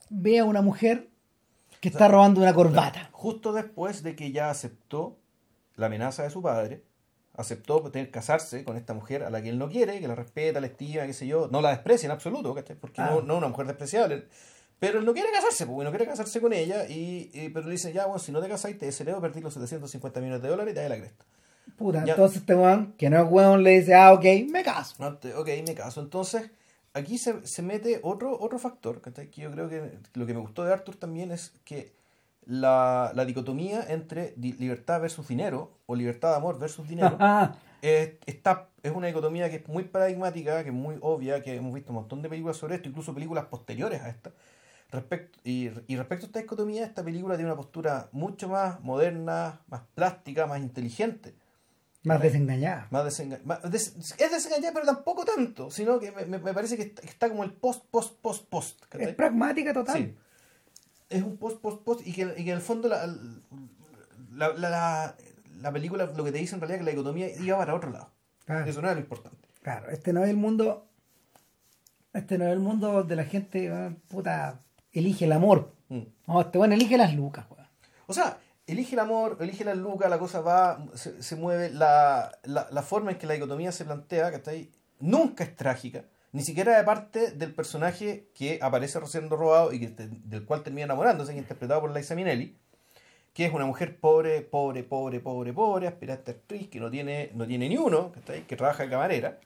ve a una mujer que
O
está
sea,
robando una corbata.
justo después de que ya aceptó la amenaza de su padre, aceptó tener que casarse con esta mujer a la que él no quiere, que la respeta, la estima, qué sé yo, no la desprecia en absoluto, ¿cachai? Porque
Ah.
no, no es una mujer despreciable. Pero él no quiere casarse, porque no quiere casarse con ella, y, y- pero le dice, ya, bueno, si no te casas, te deseo perdí los setecientos cincuenta millones de dólares y te da la cresta.
Puta,
Ya.
entonces este weón, que no es weón, le dice, ah, ok, me caso.
No, te- Ok, me caso. Entonces, aquí se, se mete otro, otro factor, ¿cachai? Que yo creo que lo que me gustó de Arthur también es que la, la dicotomía entre di- libertad versus dinero, o libertad de amor versus dinero, es, está, es una dicotomía que es muy paradigmática, que es muy obvia, que hemos visto un montón de películas sobre esto, incluso películas posteriores a esta. Respecto, y, y respecto a esta dicotomía, esta película tiene una postura mucho más moderna, más plástica, más inteligente.
Más
¿Cachai?
desengañada.
Más desenga- más des- es desengañada, pero tampoco tanto, sino que me, me- me parece que está, que está como el post, post, post, post.
Es
¿cachai?
pragmática total.
Sí. Es un post, post, post, y que, y que en el fondo la, la, la, la- la película lo que te dice en realidad es que la dicotomía iba para otro lado.
Claro.
Eso no es lo importante.
Claro, este no es el mundo. Este no es el mundo donde la gente, weón, puta, elige el amor.
Mm.
No, este bueno elige las lucas, weón.
O sea, elige el amor, elige la luca, la cosa va, se, se mueve, la, la, la forma en que la dicotomía se plantea, que está ahí, nunca es trágica, ni siquiera de parte del personaje que aparece siendo robado y que te- del cual termina enamorándose, que es interpretado por Liza Minnelli, que es una mujer pobre, pobre, pobre, pobre, pobre, aspirante a actriz, que no tiene, no tiene ni uno, que, está ahí, que trabaja de camarera,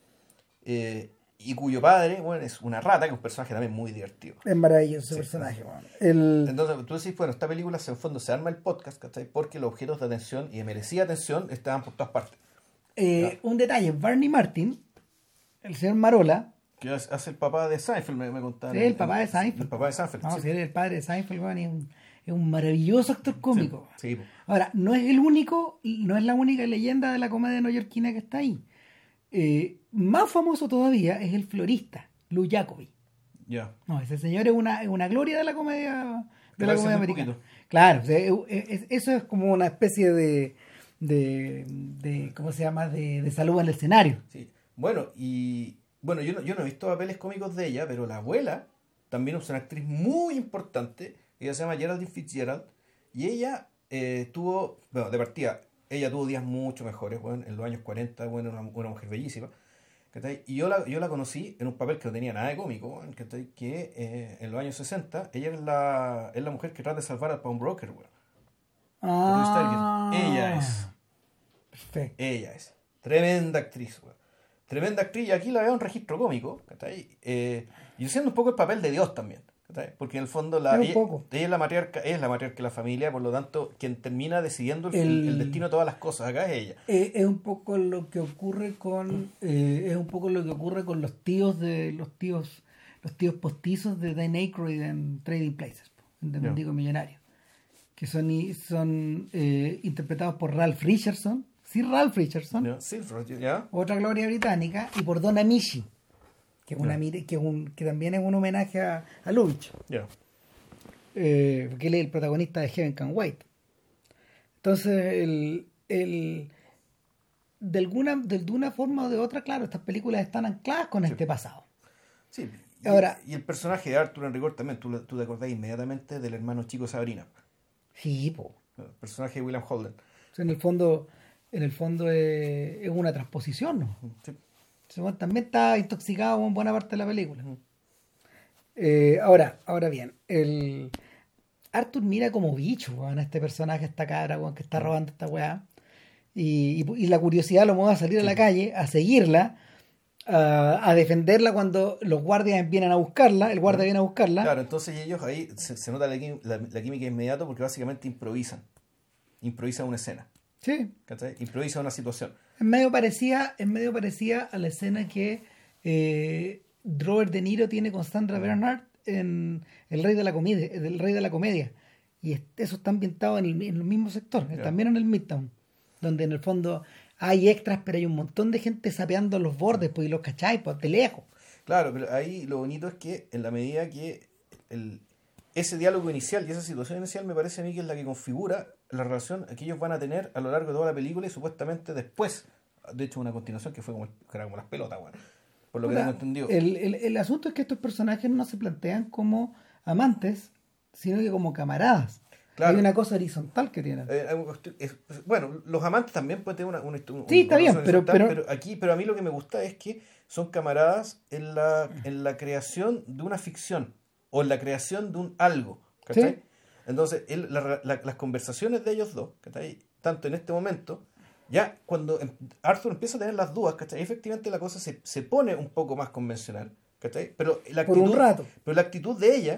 eh, y cuyo padre, bueno, es una rata, que es un personaje también muy divertido.
Es maravilloso ese
Sí.
personaje, weón. El...
Entonces tú decís, bueno, esta película se- en fondo se arma el podcast, ¿cachai? Porque los objetos de atención y de merecida atención estaban por todas partes.
Eh, un detalle, Barney Martin, el señor Marola,
Que hace hace el papá de Seinfeld, me, me contaron.
sí, el papá de Seinfeld.
El papá de Seinfeld,
No,
sí.
si él es el padre de Seinfeld, weón, es un, es un maravilloso actor cómico.
Sí, sí, po.
Ahora, no es el único, no es la única leyenda de la comedia neoyorquina que está ahí. Eh, más famoso todavía es el florista, Lou Jacobi.
Ya.
No, ese señor es una, es una gloria de la comedia, de la
Parece
comedia
muy
americana.
poquito.
Claro, o sea, es- es- eso es como una especie de, de, de ¿cómo se llama? De, de salud en el escenario.
Sí. Bueno, y bueno, yo no, yo no he visto papeles cómicos de ella, pero la abuela también es una actriz muy importante. Ella se llama Geraldine Fitzgerald. Y ella eh, tuvo, bueno, de partida, ella tuvo días mucho mejores, bueno, en los años cuarenta, bueno, una, una mujer bellísima. ¿Cachai? Y yo la, yo la conocí en un papel que no tenía nada de cómico, bueno, ¿cachai? Que eh, en los años sesenta, ella es la, es la mujer que trata de salvar al pawnbroker, bueno.
Ah,
Ella es.
Perfecto.
Ella es. Tremenda actriz, weón. Tremenda actriz. Y aquí la veo en registro cómico, ¿cachai? Eh, y haciendo un poco el papel de Dios también, ¿cachai? Porque en el fondo la,
Un
ella,
poco.
ella es la matriarca, ella es la matriarca de la familia, por lo tanto, quien termina decidiendo el,
El-
el destino de todas las cosas acá es ella.
Eh, es un poco lo que ocurre con eh, es un poco lo que ocurre con los tíos de los tíos los tíos postizos de Dan Aykroyd en Trading Places, po, en The
Ya.
Mendigo Millonario, que son y- son eh, interpretados por Ralph Richardson, sí, Ralph Richardson,
¿Ya? Sí, ¿ya?
otra gloria británica, y por Don Amici, que es una
Ya.
mire- que es un que también es un homenaje a, a Lubitsch,
Ya.
eh, porque él es el protagonista de Heaven Can Wait. Entonces, el, el, de, alguna, de, de una forma o de otra, claro, estas películas están ancladas con este pasado.
Sí. Y,
Ahora-
y el personaje de Arthur en rigor también, tú, tú te acordás inmediatamente del hermano chico de Sabrina.
Sí, po.
El personaje de William Holden.
O sea, en el fondo, en el fondo es, es una transposición, ¿no?
Sí.
Ese weón también está intoxicado en buena parte de la película. Eh, ahora, ahora bien, el Arthur mira como bicho, weón, a este personaje, a esta cabra, weón, que está robando esta weá. Y, y, y la curiosidad lo mueve a salir a la calle, a seguirla, a, a defenderla cuando los guardias vienen a buscarla, el guardia viene a buscarla.
Claro, entonces ellos ahí se, se nota la, quim- la, la química inmediato porque básicamente improvisan. Improvisan una escena.
Sí,
¿Cachai? Improvisan una situación.
es medio parecía, es medio parecía a la escena que eh, Robert De Niro tiene con Sandra Bernhard en El Rey de la Comedia, El Rey de la Comedia. Y es- eso está ambientado en el, en el mismo sector,
Ya.
también en el Midtown, donde en el fondo hay extras, pero hay un montón de gente sapeando los bordes, pues, y los cachai, pues, de lejos.
Claro, pero ahí lo bonito es que en la medida que el, ese diálogo inicial y esa situación inicial me parece a mí que es la que configura la relación que ellos van a tener a lo largo de toda la película y supuestamente después, de hecho una continuación que fue como, que era como las pelotas, bueno, por lo que
Puta,
tengo entendido.
El, el, el asunto es que estos personajes no se plantean como amantes, sino que como camaradas.
Claro.
Hay una cosa horizontal que tienen.
Eh, es- bueno, los amantes también pueden tener una, una, una-
Sí, está
una
bien,
relación
pero-
horizontal,
pero-
pero aquí, pero a mí lo que me gusta es que son camaradas en la, en la creación de una ficción o en la creación de un algo, ¿cachai?
Sí.
Entonces, él- la- la- las conversaciones de ellos dos, ¿cachai? Tanto en este momento, ya cuando em- Arthur empieza a tener las dudas, ¿cachai? Efectivamente la cosa se, se pone un poco más convencional, ¿cachai? Pero la
Por un
actitud,
rato.
pero la actitud de ella,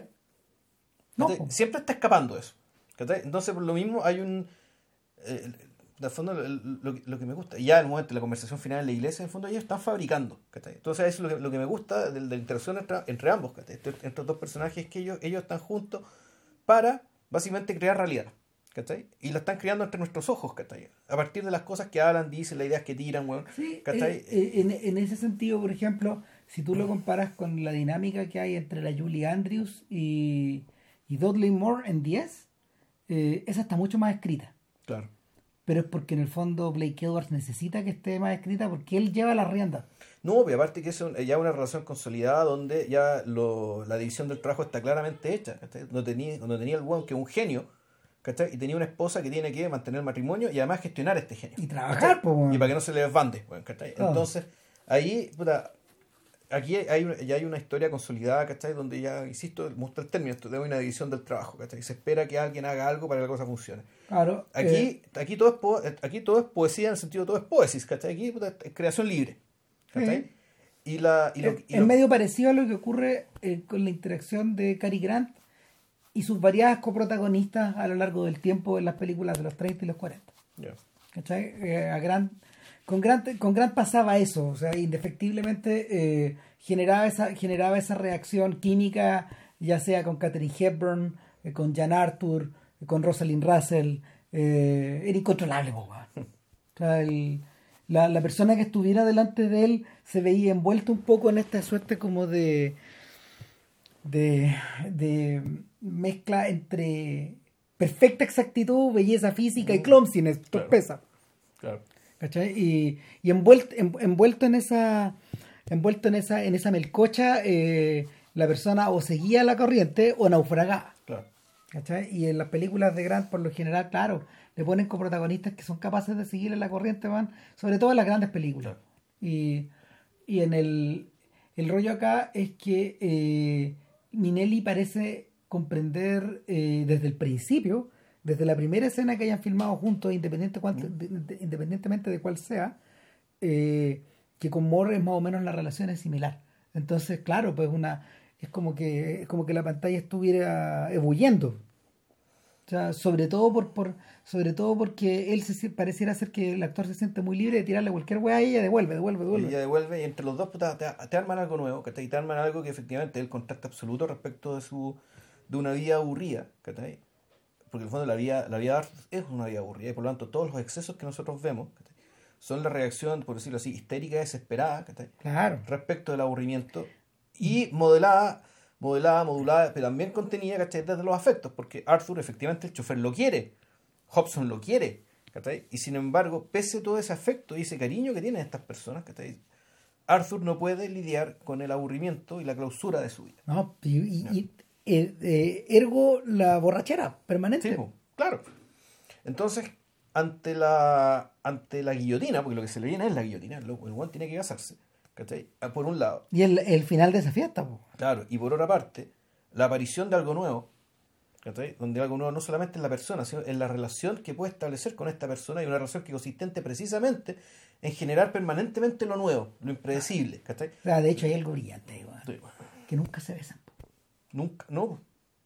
No,
¿cachai?
po.
Siempre está escapando de eso, ¿cachai? Entonces, por lo mismo, hay un... eh, de fondo, lo, lo- lo que me gusta, ya en el momento de la conversación final en la iglesia, en el fondo ellos están fabricando, ¿cachai? Entonces, eso es lo que, lo que me gusta de, de la interacción entre, entre ambos, ¿cachai? Entre, entre estos dos personajes, es que ellos, ellos están juntos para, básicamente, crear realidad, ¿cachai? Y la están creando entre nuestros ojos, ¿cachai? A partir de las cosas que hablan, dicen, las ideas que tiran, weón,
Sí,
¿cachai?
eh, eh, en, en ese sentido, por ejemplo, si tú lo comparas con la dinámica que hay entre la Julie Andrews y, y Dudley Moore en diez, eh, esa está mucho más escrita.
Claro.
Pero es porque en el fondo Blake Edwards necesita que esté más escrita porque él lleva las riendas.
No, pero aparte que es un- ya una relación consolidada donde ya lo, la división del trabajo está claramente hecha, ¿cachai? No tenía, no tenía el weón que es un genio, ¿cachai? Y tenía una esposa que tiene que mantener el matrimonio y además gestionar este genio.
Y trabajar,
¿cachai?
po, weón.
Y para que no se le desbande, weón, ¿cachai?
Claro.
Entonces, ahí, puta, aquí hay, una- ya hay una historia consolidada, ¿cachai? Donde ya, insisto, muestra el término, esto de una división del trabajo, ¿cachai? Se espera que alguien haga algo para que la cosa funcione.
Claro.
Aquí,
eh,
aquí, todo es po- aquí todo es poesía en el sentido de todo es poesis, ¿cachai? Aquí puta, es creación libre, ¿cachai?
Sí.
Y la, y lo,
es,
y
es
lo-
medio parecido a lo que ocurre eh, con la interacción de Cary Grant y sus variadas coprotagonistas a lo largo del tiempo en las películas de los treinta y los cuarenta.
Ya.
¿Cachai? Eh, a Grant, con, Grant, con Grant pasaba eso, o sea, indefectiblemente eh, generaba, esa, generaba esa reacción química, ya sea con Katharine Hepburn, eh, con Jan Arthur, eh, con Rosalind Russell, eh, era incontrolable, po, weón. O sea, el- la, la persona que estuviera delante de él se veía envuelto un poco en esta suerte como de de, de mezcla entre perfecta exactitud, belleza física y clumsiness,
Claro.
torpeza.
Claro.
¿Cachai? Y, y envuelto, en- envuelto en esa envuelto en esa en esa melcocha, eh, la persona o seguía la corriente o naufragaba.
Claro.
¿Cachai? Y en las películas de Grant, por lo general, claro, le ponen como protagonistas que son capaces de seguirle la corriente, van, sobre todo en las grandes películas.
Claro.
Y, y en el, el rollo acá es que eh, Minelli parece comprender eh, desde el principio, desde la primera escena que hayan filmado juntos, independiente cuánto- de- de- independientemente de cuál sea, eh, que con Moore es más o menos la relación es similar. Entonces, claro, pues una es como que es como que la pantalla estuviera ebulliendo. O sea, sobre todo por, por sobre todo porque él se sie- pareciera ser que el actor se siente muy libre de tirarle cualquier weá y ella devuelve, devuelve,
Y
devuelve.
ella devuelve y entre los dos puta, te, te arman algo nuevo, ¿cachai? Te arman algo que efectivamente es el contacto absoluto respecto de su de una vida aburrida, ¿cachai? Porque en el fondo la vida, la vida de Arthur es una vida aburrida y por lo tanto todos los excesos que nosotros vemos, ¿cachai? Son la reacción, por decirlo así, histérica, desesperada, ¿cachai?
Claro.
Respecto del aburrimiento y modelada, modelada, modulada, pero también contenida, ¿cachai? Desde los afectos, porque Arthur efectivamente el chofer lo quiere, Hobson lo quiere, ¿cachai? Y sin embargo, pese a todo ese afecto y ese cariño que tienen estas personas, ¿cachai? Arthur no puede lidiar con el aburrimiento y la clausura de su vida.
No, y, y- y, eh, eh, ergo la borrachera permanente.
Sí, po, claro. Entonces, ante la ante la guillotina, porque lo que se le viene es la guillotina, el el weón tiene que casarse, ¿cachai? Ah, por un lado.
Y el, el final de esa fiesta, po.
Claro, y por otra parte, la aparición de algo nuevo, ¿cachai? Donde algo nuevo no solamente en la persona, sino en la relación que puede establecer con esta persona y una relación que consistente precisamente en generar permanentemente lo nuevo, lo impredecible, ¿cachai?
O sea, de hecho hay algo brillante, weón,
Sí,
que nunca se besan. Po.
nunca, no,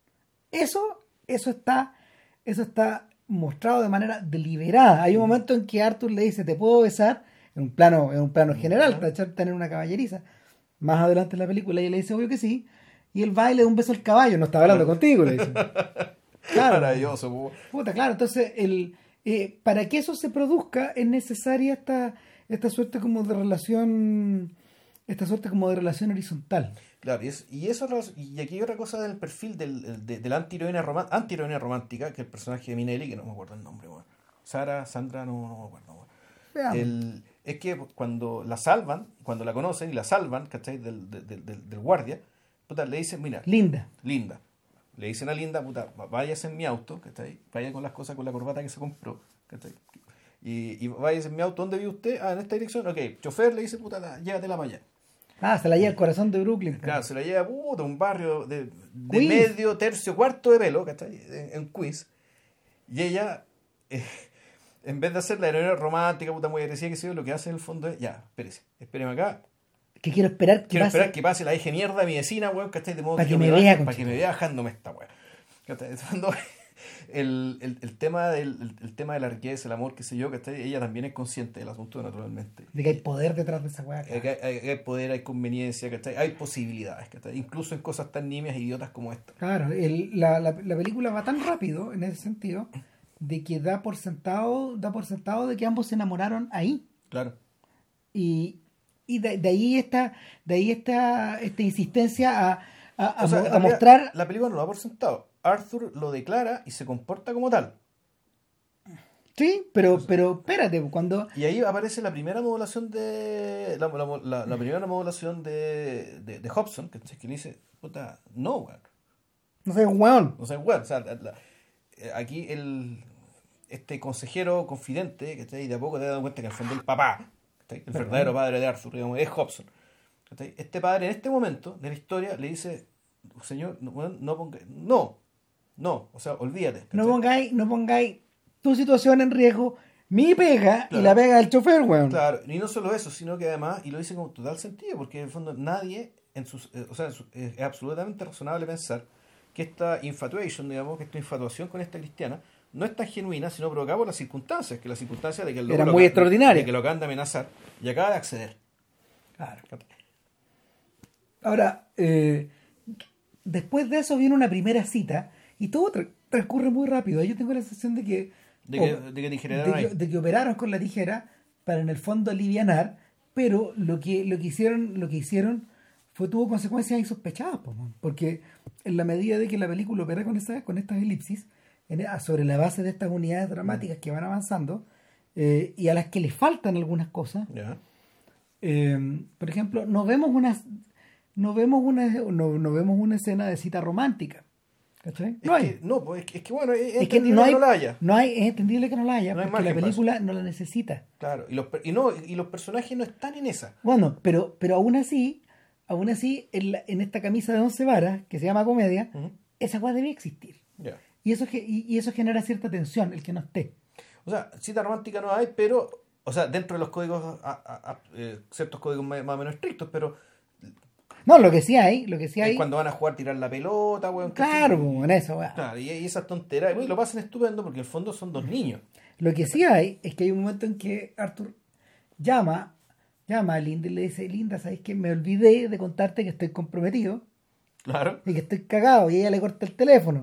Eso, eso está, eso está mostrado de manera deliberada. Hay un momento en que Arthur le dice, ¿te puedo besar? En un plano, en un plano general, para echar- tener una caballeriza. Más adelante en la película ella le dice, obvio que sí. Y él va y le da un beso al caballo, no estaba hablando contigo, le dice. Claro.
maravilloso, po.
Puta, claro, entonces el, eh, para que eso se produzca es necesaria esta, esta suerte como de relación, esta suerte como de relación horizontal.
Claro, y, es, y eso y aquí hay otra cosa del perfil del, de, de la antiheroína román- antiheroína romántica, que es el personaje de Minelli, que no me acuerdo el nombre, bueno. Sara, Sandra, no, no me acuerdo, bueno.
Veamos.
El, es que cuando la salvan, cuando la conocen y la salvan, ¿cachai? Del, del, del, del guardia, puta, le dicen, mira,
Linda.
linda, le dicen a Linda, puta, váyase en mi auto, ¿cachai? Vaya con las cosas, con la corbata que se compró, ¿cachai? Y, y váyase en mi auto, ¿dónde vive usted? Ah, en esta dirección, ok. Chofer le dice, puta, la, llévatela para allá.
Ah, se la lleva al corazón de Brooklyn.
Claro, se la lleva, puta, un barrio de, de
Queens.
medio, tercio, cuarto de pelo, ¿cachai? En, en Queens. Y ella, eh, en vez de hacer la heroína romántica, puta, muy agresiva, que sé yo, lo que hace en el fondo es, ya, espérese, espéreme acá.
Que quiero esperar que
Quiero
pase.
esperar que pase la eje mierda a mi vecina, weón, ¿cachai? De modo
Pa'
que,
que
yo
me
baje,
vea,
para
concha.
que me vea bajándome esta weón. ¿Cachai? Cuando el, el, el, tema del, el, el tema de la riqueza, el amor, qué sé yo, ¿cachai? Ella también es consciente del asunto, naturalmente.
De que hay poder detrás de esa weá.
Hay, hay, hay poder, hay conveniencia, ¿cachai? Hay posibilidades, ¿cachai? Incluso en cosas tan nimias e idiotas como esta.
Claro, el, la, la, la película va tan rápido en ese sentido de que da por sentado, da por sentado de que ambos se enamoraron ahí.
Claro.
Y, y de, de ahí está, de ahí está esta insistencia a, a, a,
O sea,
mo-
en
a
realidad,
mostrar.
la película no lo da por sentado. Arthur lo declara y se comporta como tal.
Sí, pero, pero espérate, cuando.
Y ahí aparece la primera modulación de. La, la, la, la primera modulación de, de, de Hobson, que, que le dice, puta, no, weón.
No sé, weón.
O sea, weón, o sea, la- la- eh, aquí el este consejero confidente, ¿cachai? Y de a poco te das cuenta que en el fondo el papá, ¿cachai? El verdadero padre de Arthur, digamos, es Hobson. ¿Cachai? Este padre en este momento de la historia le dice, señor, no, weón, no ponga, no, no, o sea, olvídate.
No
¿cachai?
pongáis, no pongáis tu situación en riesgo, mi pega
Claro.
y la pega del chofer, weón.
Claro, y no solo eso, sino que además, y lo dice con total sentido, porque en el fondo nadie, en sus, eh, o sea, en su- eh, es absolutamente razonable pensar que esta infatuation, digamos, que esta infatuación con esta cristiana, no es tan genuina, sino provocada por las circunstancias, que las circunstancias de que el loco
Era
lo
muy
aca-
extraordinaria.
de que lo acaban de amenazar y acaba de acceder.
Claro. Ahora, eh, después de eso viene una primera cita y todo tra- transcurre muy rápido. Yo tengo la sensación de que,
De que,
o-
de que te
de
generaron
que,
ahí.
de que operaron con la tijera para en el fondo alivianar, pero lo que, lo que hicieron, lo que hicieron fue tuvo consecuencias insospechadas, po, man. Porque en la medida de que la película opera con esa, con estas elipsis, en- a- sobre la base de estas unidades dramáticas que van avanzando, eh, y a las que le faltan algunas cosas.
Ya.
Eh, por ejemplo, no vemos una no vemos una no, no vemos una escena de cita romántica. ¿Cachai?
Es
No hay.
que, no, pues es que, es que bueno, es,
Es que
entendible
no hay,
que no la haya.
no hay, es entendible que no la haya,
No hay
porque la
margen para
película no la necesita.
Claro, y los, per- y no, y los personajes no están en esa.
Bueno, pero, pero aún así, aún así, en, la- en esta camisa de once varas, que se llama comedia,
Ujú.
esa weá debe existir.
Ya.
Y eso, ge- y, y eso genera cierta tensión, el que no esté.
O sea, cita romántica no hay, pero, o sea, dentro de los códigos, a- a- a- eh, ciertos códigos más, más o menos estrictos, pero
No, lo que sí hay, lo que sí hay.
es cuando van a jugar, tirar la pelota, weón.
Claro,
¿cachai?
en eso, weá.
Claro, y, y esas tonteras, y lo pasan estupendo porque en el fondo son dos niños.
Lo que sí hay es que hay un momento en que Arthur llama, llama a Linda y le dice, Linda, ¿sabes qué? Me olvidé de contarte que estoy comprometido
Claro.
y que estoy cagado, y ella le corta el teléfono.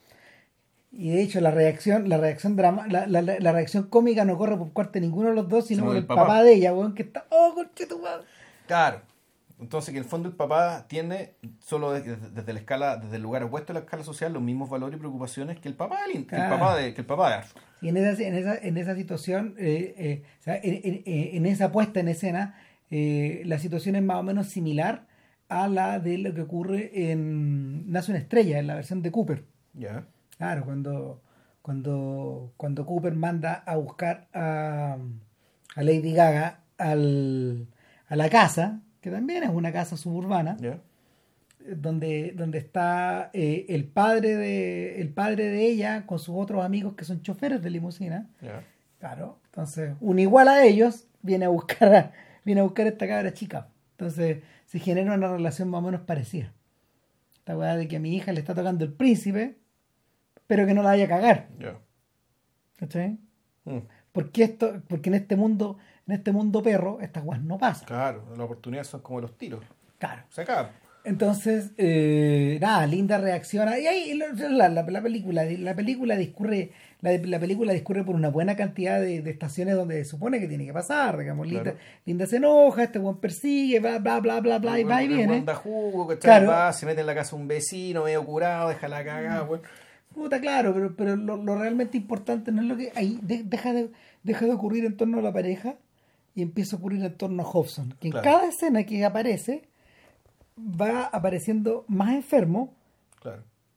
Y de hecho la reacción, la reacción drama, la, la, la- la reacción cómica no corre por parte de ninguno de los dos, sino
Sino
por
del
el
papá.
papá. de ella, weón, que está, oh, conchetumadre.
Claro. Entonces, que en el fondo el papá tiene, solo desde, desde la escala, desde el lugar opuesto de la escala social, los mismos valores y preocupaciones que el papá de, Lin- que el
Claro.
papá de, que el papá de Arthur.
Y en esa, en esa, en esa situación, eh, eh, o sea, en, en- en esa puesta en escena, eh, la situación es más o menos similar a la de lo que ocurre en Nace una estrella, en la versión de Cooper.
Ya.
Claro, cuando, cuando, cuando Cooper manda a buscar a, a Lady Gaga al, a la casa, que también es una casa suburbana,
Ya.
donde, donde está eh, el padre de el padre de ella con sus otros amigos que son choferes de limusina.
Ya.
Claro, entonces un igual a ellos viene a buscar a, viene a buscar a esta cabra chica. Entonces se genera una relación más o menos parecida. Esta weá de que a mi hija le está tocando el príncipe, pero que no la vaya a cagar.
Ya.
¿Cachai?
Mm.
Porque esto, porque en este mundo, en este mundo perro, estas weas no pasan.
Claro, las oportunidades son como los tiros.
Claro.
Se acaba.
Entonces, eh, nada, Linda reacciona y ahí la, la, la- la película, la película discurre, la, la película discurre por una buena cantidad de, de estaciones donde se supone que tiene que pasar, digamos, Linda,
Claro.
Linda se enoja, este buen persigue, bla bla bla bla bla y va y
El
viene.
weón da jugo, ¿cachai?
Claro.
Va, se mete en la casa de un vecino, medio curado, deja la cagada, weón.
Puta, claro, pero, pero lo, lo realmente importante no es lo que ahí de- deja de deja de ocurrir en torno a la pareja y empieza a ocurrir en torno a Hobson, que en
Claro.
cada escena que aparece va apareciendo más enfermo
Claro.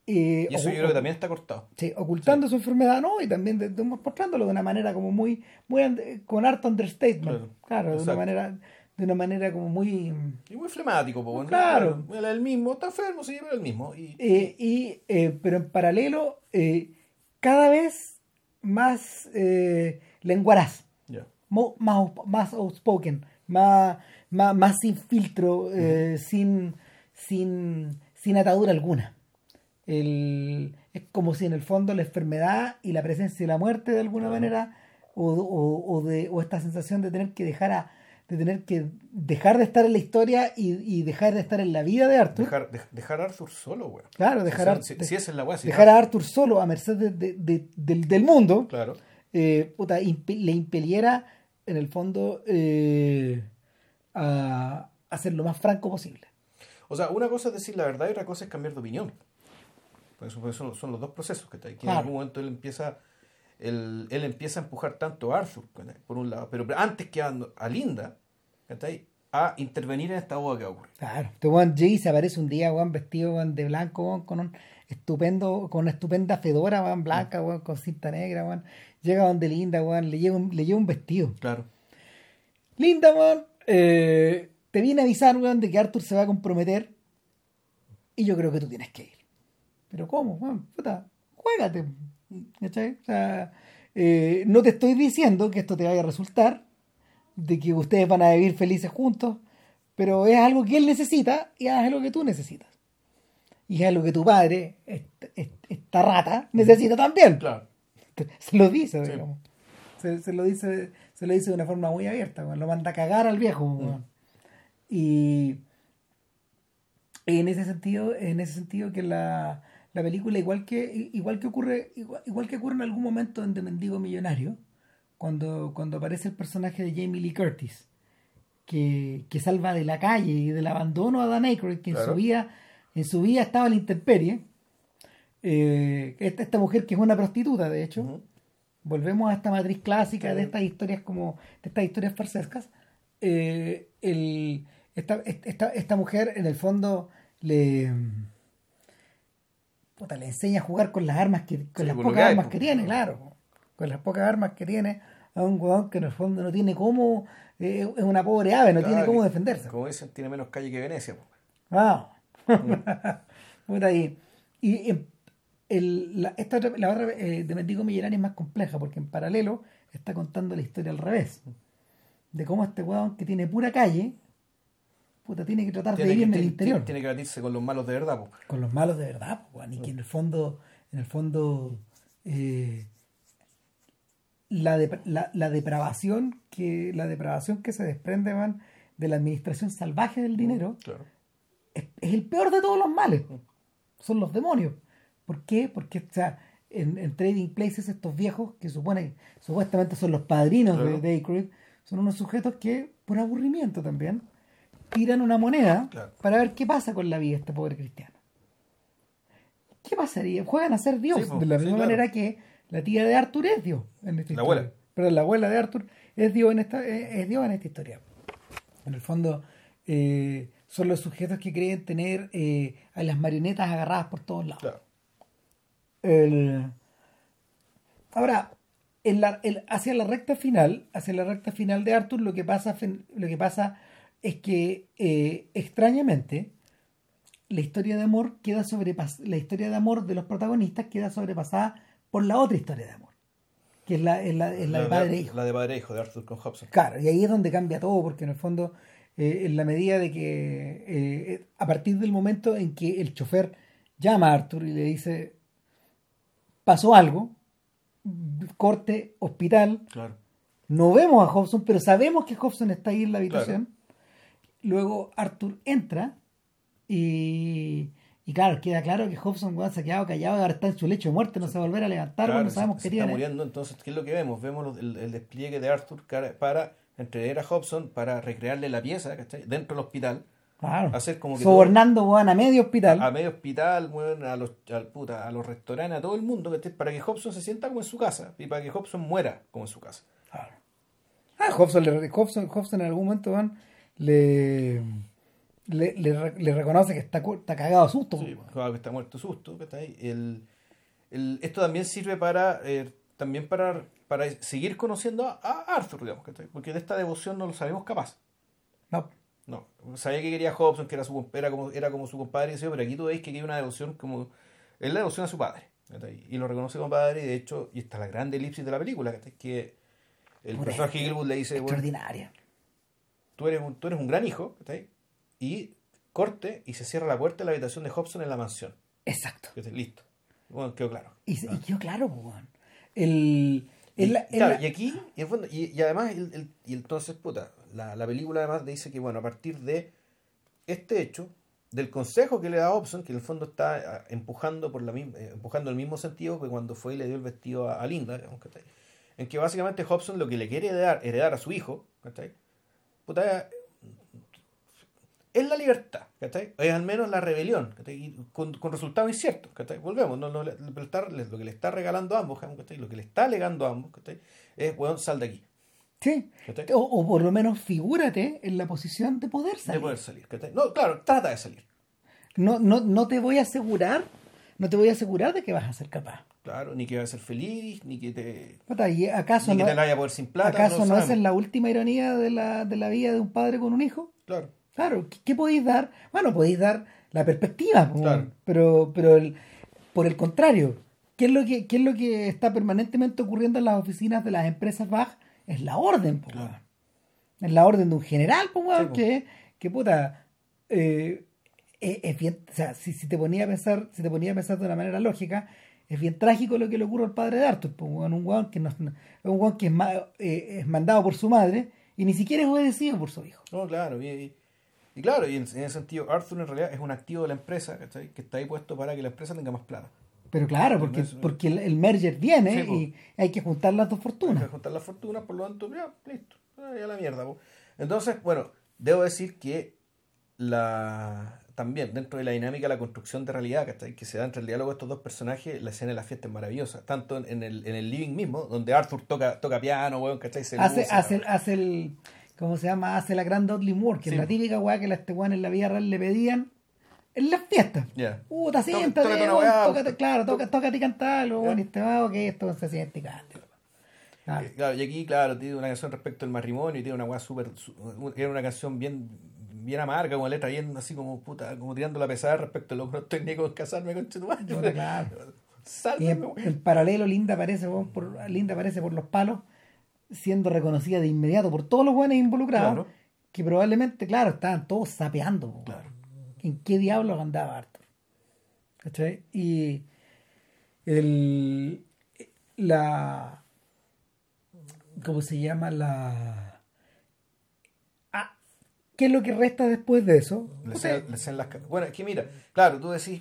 Eh,
Y eso
ocu-
yo creo que también está cortado.
sí, ocultando
Sí.
su enfermedad, ¿no? Y también de- de- mostrándolo de una manera como muy, muy and- con harto understatement.
Claro.
Claro, de una
Exacto.
manera, de una manera como muy,
Y muy flemático, pues,
muy
bueno,
claro.
claro. Él es el mismo, está enfermo, sí, pero es el mismo. Y,
Eh, y, eh, pero en paralelo, eh, cada vez más eh, lenguaraz,
ya.
mo- más, out- más outspoken, más, más, más sin filtro, eh, sin, sin, sin atadura alguna. El, es como si en el fondo la enfermedad y la presencia de la muerte de alguna
Claro.
manera, o, o, o de, o esta sensación de tener que dejar a, de tener que dejar de estar en la historia y, y dejar de estar en la vida de Arthur.
Dejar, de- dejar a Arthur solo, güey.
Claro, dejar,
si,
a,
si,
de-
si esa es la weá, si
dejar a
Arthur-
Arthur solo a merced de- de- de- del, del mundo,
Claro.
eh, puta, imp- le impeliera en el fondo eh, a, a ser lo más franco posible.
O sea, una cosa es decir la verdad y otra cosa es cambiar de opinión. Por eso, por eso son, son los dos procesos que, que en
Claro.
algún momento él empieza él, él empieza a empujar tanto a Arthur, ¿cachai? Por un lado, pero antes que a, a Linda, ¿cachai? A intervenir en esta boda que ocurre.
Claro, este weón Jay se aparece un día, weón, vestido weón, de blanco, weón, con un estupendo, con una estupenda fedora, weón, blanca, weón, con cinta negra, weón. Llega donde Linda, weón, le lleva un, le lleva un vestido.
Claro.
Linda, weón, eh, te viene a avisar, weón, de que Arthur se va a comprometer y yo creo que tú tienes que ir. Pero ¿cómo, weón? Puta, juégate. ¿Cachai? O sea, eh, no te estoy diciendo que esto te vaya a resultar, de que ustedes van a vivir felices juntos, pero es algo que él necesita y es algo que tú necesitas. Y es algo que tu padre, esta, esta rata, necesita también.
Claro.
Se lo dice,
Sí.
digamos. Se, se lo dice, se lo dice de una forma muy abierta, weón. Lo manda a cagar al viejo, weón. Y en ese sentido, en ese sentido que la, la película, igual que, igual que ocurre, igual, igual que ocurre en algún momento en The Mendigo Millonario, cuando, cuando aparece el personaje de Jamie Lee Curtis, que, que salva de la calle y del abandono a Dan Aykroyd, que en
Claro.
su vida, en su vida estaba a la intemperie. Eh, esta, esta mujer que es una prostituta, de hecho.
Ujú.
Volvemos a esta matriz clásica
Sí.
de estas historias como de estas historias farsescas. Eh, el, esta, esta, esta mujer en el fondo le puta, le enseña a jugar con las armas que con
Sí,
las
con lo
pocas
que hay,
armas
po.
que tiene, claro, con las pocas armas que tiene a un huevón que en el fondo no tiene cómo, eh, es una pobre ave, no
Claro,
tiene cómo
que-
defenderse.
Como dicen, tiene menos calle que Venecia. po.
Ah. Puta, y, y en- el- la, esta otra- la otra eh, de Mendigo Millonario es más compleja porque en paralelo está contando la historia al revés. De cómo este weón que tiene pura calle, puta, tiene que tratar de
Tiene
vivir
que,
en el
tiene-
interior.
tiene que batirse con los malos de verdad. po.
Con los malos de verdad, po, weón, y que en el fondo, en el fondo, eh, la, dep- la, la depravación que, la depravación que se desprende, weón, de la administración salvaje del dinero,
Claro.
es, es el peor de todos los males. Son los demonios. ¿Por qué? Porque, o sea, en, en Trading Places estos viejos, que supone, supuestamente son los padrinos
Claro.
de de Aykroyd, son unos sujetos que, por aburrimiento también, tiran una moneda
Claro.
para ver qué pasa con la vida de este pobre cristiano. ¿Qué pasaría? Juegan a ser Dios,
Sí, po,
de la
sí,
misma
claro.
manera que la tía de Arthur es Dios en esta
La
historia.
abuela.
Pero la abuela de Arthur es Dios en esta, es es Dios en esta historia. En el fondo, eh, son los sujetos que creen tener eh, a las marionetas agarradas por todos lados.
Claro.
El- Ahora, en la, el- hacia la recta final, hacia la recta final de Arthur, lo que pasa, fen- lo que pasa es que eh, extrañamente la historia de amor queda sobrepas la historia de amor de los protagonistas queda sobrepasada por la otra historia de amor, que es la, es la, es la de padre e hijo.
La de padre e hijo, de Arthur con Hobson.
Claro, y ahí es donde cambia todo, porque en el fondo, eh, en la medida de que, eh, a partir del momento en que el chofer llama a Arthur y le dice, pasó algo, corte, hospital,
Claro.
no vemos a Hobson, pero sabemos que Hobson está ahí en la habitación. Luego Arthur entra y, y claro, queda claro que Hobson, weón, se ha quedado callado y ahora está en su lecho de muerte, no se va a volver a levantar,
Claro,
no
se-
sabemos
se
qué
está
tiene.
muriendo, entonces, ¿qué es lo que vemos? Vemos los- el, el despliegue de Arthur cara- para entregar a Hobson, para recrearle la pieza, ¿cachai? Dentro del hospital,
Claro.
hacer como que
Sobornando, weón, a medio hospital.
a medio hospital, weón, a los, al, puta, a los restaurantes, a todo el mundo, ¿cachai? Para que Hobson se sienta como en su casa y para que Hobson muera como en su casa.
Ah, Hobson, le, Hobson, Hobson en algún momento, weón, le, le, le, le reconoce que está, está cagado a susto.
Sí,
Po.
claro que está muerto de susto, que está ahí. El, el, esto también sirve para eh, también para, para seguir conociendo a, a Arthur, digamos, que está ahí, porque de esta devoción no lo sabemos capaz.
No.
No, sabía que quería a Hobson, que era, su, era, como, era como su compadre, y pero aquí tú veis que hay una devoción como... Es la devoción a su padre, y lo reconoce como padre, y de hecho, y está la gran elipsis de la película, que el
Pura
personaje Gilwood le dice, bueno,
extraordinaria.
tú eres un, tú eres un gran hijo, y corte, y se cierra la puerta de la habitación de Hobson en la mansión.
Exacto.
Listo. Bueno, quedó claro.
Y,
¿no?
y quedó claro, pues, bueno. El...
Y,
el,
claro,
el, el,
y aquí, y, el fondo, y, y además, el, el, y entonces, puta, la, la película además dice que, bueno, a partir de este hecho, del consejo que le da Hobson, que en el fondo está empujando por la misma, eh, empujando el mismo sentido que cuando fue y le dio el vestido a, a Linda, digamos, ¿cachai? En que básicamente Hobson lo que le quiere heredar, heredar a su hijo, ¿cachai? Puta, es la libertad, ¿cachai? Es al menos la rebelión, ¿cachai? Y con, con resultados inciertos, ¿cachai? Volvemos, no, no, le- le- está- le- lo que le está regalando a ambos, ¿cachai? Lo que le está legando a ambos, ¿cachai? Es, bueno, sal de aquí,
sí.
¿cachai?
O, o por lo menos figúrate en la posición de poder
De
salir.
poder salir, ¿cachai? No, claro, trata de salir,
No, no, no te voy a asegurar, no te voy a asegurar de que vas a ser capaz.
claro, ni que vaya a ser feliz, ni que te,
Puta, ¿y ¿acaso
ni que
no,
te la vaya a poder sin plata,
acaso
no
no
lo
esa es
sabemos.
la última ironía de la, de la vida de un padre con un hijo?
Claro,
Claro, ¿qué, qué podéis dar? Bueno, podéis dar la perspectiva, po,
Claro.
pero, pero el, por el contrario, ¿qué es, lo que, ¿qué es lo que está permanentemente ocurriendo en las oficinas de las empresas Bach? Es la orden, po,
Claro.
weón. Es la orden de un general, po, weón,
Sí, po.
que, que puta, eh, es, es bien, o sea, si, si te ponía a pensar, si te ponía a pensar de una manera lógica, es bien trágico lo que le ocurre al padre de Arthur, po, weón, un weón que no, es un weón que es, ma- eh, es mandado por su madre y ni siquiera es obedecido por su hijo.
no, claro, y, y- y claro, y en, en ese sentido, Arthur en realidad es un activo de la empresa, ¿cachai? Que está ahí puesto para que la empresa tenga más plata.
Pero claro, porque,
Eso-
porque el, el merger viene
Sí, po.
y hay que juntar las dos
Hay que
fortunas.
juntar las fortunas, por lo tanto, ya, listo, ah, ya la mierda. Po. Entonces, bueno, debo decir que la también dentro de la dinámica de la construcción de realidad, ¿cachai? Que se da entre el diálogo de estos dos personajes, la escena de la fiesta es maravillosa, tanto en, en el, en el living mismo, donde Arthur toca, toca piano, weón, ¿cachai? Se
Hace,
luce,
hace,
weón.
hace el, ¿cómo se llama? Hace la gran Dudley Moore, que
Sí,
es la
po.
típica weá que las este weón en la vida real le pedían en las fiestas.
Ya.
Puta,
Tócate
siéntate,
una
weón,
weá,
tócate,
to-
claro,
to-
toca, tócate y cantarlo,
Ya.
weón, y este vago que esto se siente y cante. Claro.
Eh, Claro, y aquí, claro, tiene una canción respecto al matrimonio y tiene una weá súper. su- Era una canción bien bien amarga, con letra bien así como puta, como tirando la pesada respecto a logros técnicos de casarme con tu madre.
Puta, claro. Y
Sálvame,
en,
weón.
en paralelo, Linda aparece, weón, por, Linda aparece por los palos, siendo reconocida de inmediato por todos los buenos involucrados,
Claro.
que probablemente, claro, estaban todos sapeando. Po,
Claro.
¿En qué diablos andaba Arthur? ¿Cachai? Y el, la... ¿Cómo se llama? La... Ah, ¿qué es lo que resta después de eso?
Le
Puta,
hacen- le hacen las ca- Bueno, es que mira, claro, tú decís.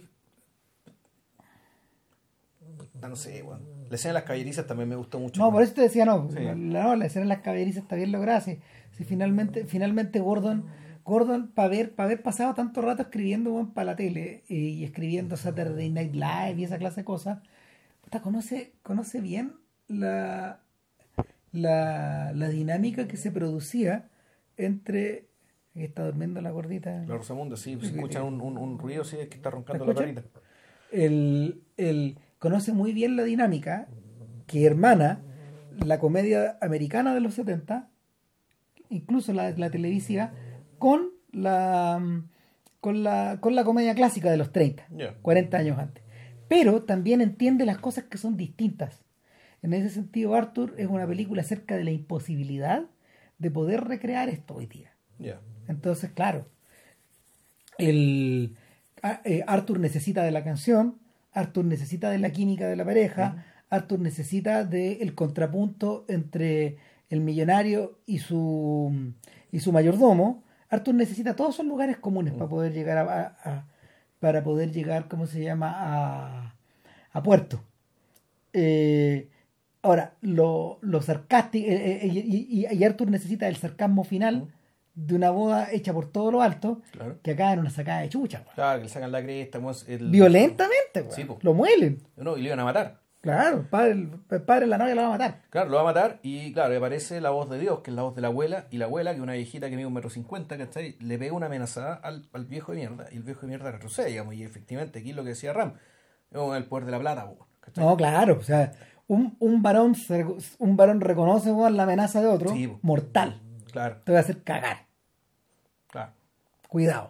Ah, no sé, bueno. La escena de las caballerizas también me gustó mucho.
No, por eso te decía, no,
Sí.
la, no, la escena de las caballerizas está bien lograda. Si, si finalmente, finalmente Gordon, Gordon para haber, para haber pasado tanto rato escribiendo para la tele eh, y escribiendo Saturday Night Live y esa clase de cosas, puta, conoce, conoce bien la, la, la dinámica que se producía entre... Aquí está durmiendo la gordita.
La Rosamunda, sí, si escuchan un, un, un ruido, sí, es que está roncando
¿La
la
escuchan?
perrita.
el, el- conoce muy bien la dinámica que hermana la comedia americana de los setenta, incluso la, la televisiva, con la, con la con la comedia clásica de los treinta,
Ya.
cuarenta años antes. Pero también entiende las cosas que son distintas. En ese sentido, Arthur es una película acerca de la imposibilidad de poder recrear esto hoy día.
Ya.
Entonces, claro, el, a- eh, Arthur necesita de la canción, Arthur necesita de la química de la pareja, Arthur necesita del contrapunto entre el millonario y su, y su mayordomo. Arthur necesita todos esos lugares comunes para poder llegar a, a- a- para poder llegar, ¿cómo se llama?, a, a puerto. Eh, ahora, lo, lo sarcástico, eh, eh, y, y- y Arthur necesita el sarcasmo final de una boda hecha por todo lo alto,
Claro.
que acá en una sacada de chucha, weón.
Claro, que le sacan la cresta, weón, el-
Violentamente, weón.
Sí, po.
Lo muelen.
No, y le iban a matar.
Claro, el padre, el padre de la novia la va a matar.
Claro, lo va a matar y claro, y aparece la voz de Dios, que es la voz de la abuela, y la abuela, que es una viejita que mide un metro cincuenta, ¿cachai? Le pega una amenazada al, al viejo de mierda, y el viejo de mierda retrocede, digamos, y efectivamente aquí lo que decía Ram, es el poder de la plata, ¿cachai?
No, claro, o sea, un, un varón se, un varón reconoce weón, la amenaza de otro,
Sí,
mortal.
Claro.
Te va a hacer cagar.
Claro.
Cuidado.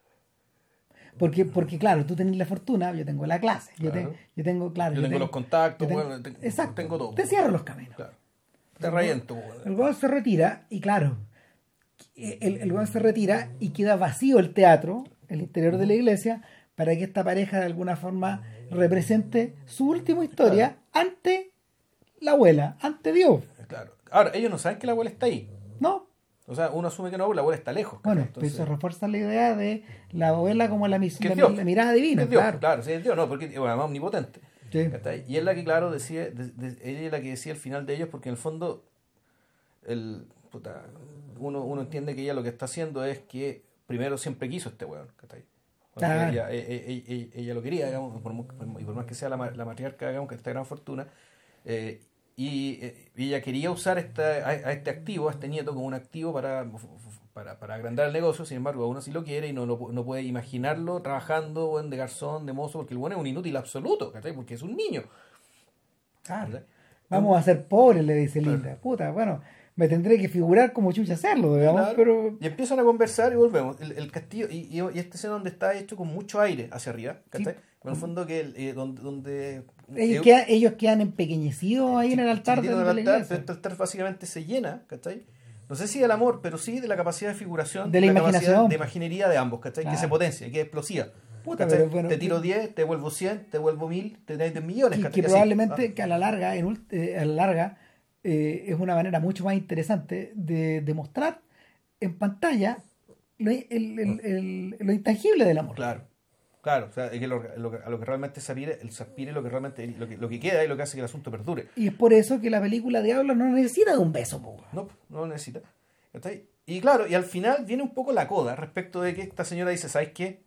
Porque, porque claro, tú tenés la fortuna, yo tengo la clase, yo,
Claro.
te, yo tengo, claro,
Yo,
yo
tengo los contactos,
yo tengo-
bueno, te-
exacto,
tengo todo.
te cierro los caminos.
Claro. Te reviento,
El weón se retira y claro, el, el weón se retira y queda vacío el teatro, el interior de la iglesia, para que esta pareja de alguna forma represente su última historia ante la abuela, ante Dios.
Claro. Ahora, ellos no saben que la abuela está ahí.
¿No?
O sea, uno asume que no, la abuela está lejos.
Bueno,
¿cachai?
pues eso refuerza la idea de la abuela como la, mis-
Que
la,
es Dios.
la mirada divina,
Es Dios,
claro.
claro, sí, es Dios, no, porque bueno, además omnipotente.
Sí.
¿Cachai? Y es la que, claro, decía, de- de- ella es la que decía el final de ellos, porque en el fondo, el, puta, uno, uno entiende que ella lo que está haciendo es que primero siempre quiso este weón, ¿cachai? Porque
Claro.
ella, e- e- e- ella, ella lo quería, digamos, por mu- y por más que sea la, ma- la matriarca, digamos, que esta gran fortuna, eh, y eh, ella quería usar esta, a, a este activo, a este nieto, como un activo para, para, para agrandar el negocio, sin embargo, aún así lo quiere y no, no, no puede imaginarlo trabajando bueno, de garzón, de mozo, porque el bueno es un inútil absoluto, ¿cachai? Porque es un niño.
Claro.
¿cachai?
Vamos a ser pobres, le dice
Claro.
Linda. Puta, bueno, me tendré que figurar como chucha hacerlo, digamos,
Claro.
pero...
Y empiezan a conversar y volvemos. El, el castillo, y, y, y esta escena donde está hecho con mucho aire hacia arriba, ¿cachai?
Sí.
En el fondo que el, eh, donde, donde
Ellos,
eh,
quedan, ellos quedan empequeñecidos ahí en el altar de,
chiquitito
de
del
la
altar,
iglesia.
pero este altar básicamente se llena, ¿cachai? No sé si del amor, pero sí de la capacidad de figuración,
De la
capacidad
imaginación.
de imaginería de ambos, ¿cachai?
Claro.
Que se potencia, que es explosiva.
Puta,
¿cachai?
pero bueno,
te tiro
que-
diez, te vuelvo cien, te vuelvo mil, te doy diez millones,
Y
¿cachai?
que
Así.
probablemente
Ah,
que a la larga, en, ult- eh, a la larga eh, es una manera mucho más interesante de demostrar en pantalla lo, el- el- el- lo intangible del amor.
Claro, claro, o sea, es que lo, lo que- a lo que realmente se aspire, el se aspire lo que realmente lo que, lo que queda y lo que hace que el asunto perdure.
Y es por eso que la película Diablo no necesita de un beso, po.
No, no lo necesita. ¿Cachai? Y claro, y al final viene un poco la coda respecto de que esta señora dice, ¿sabes qué?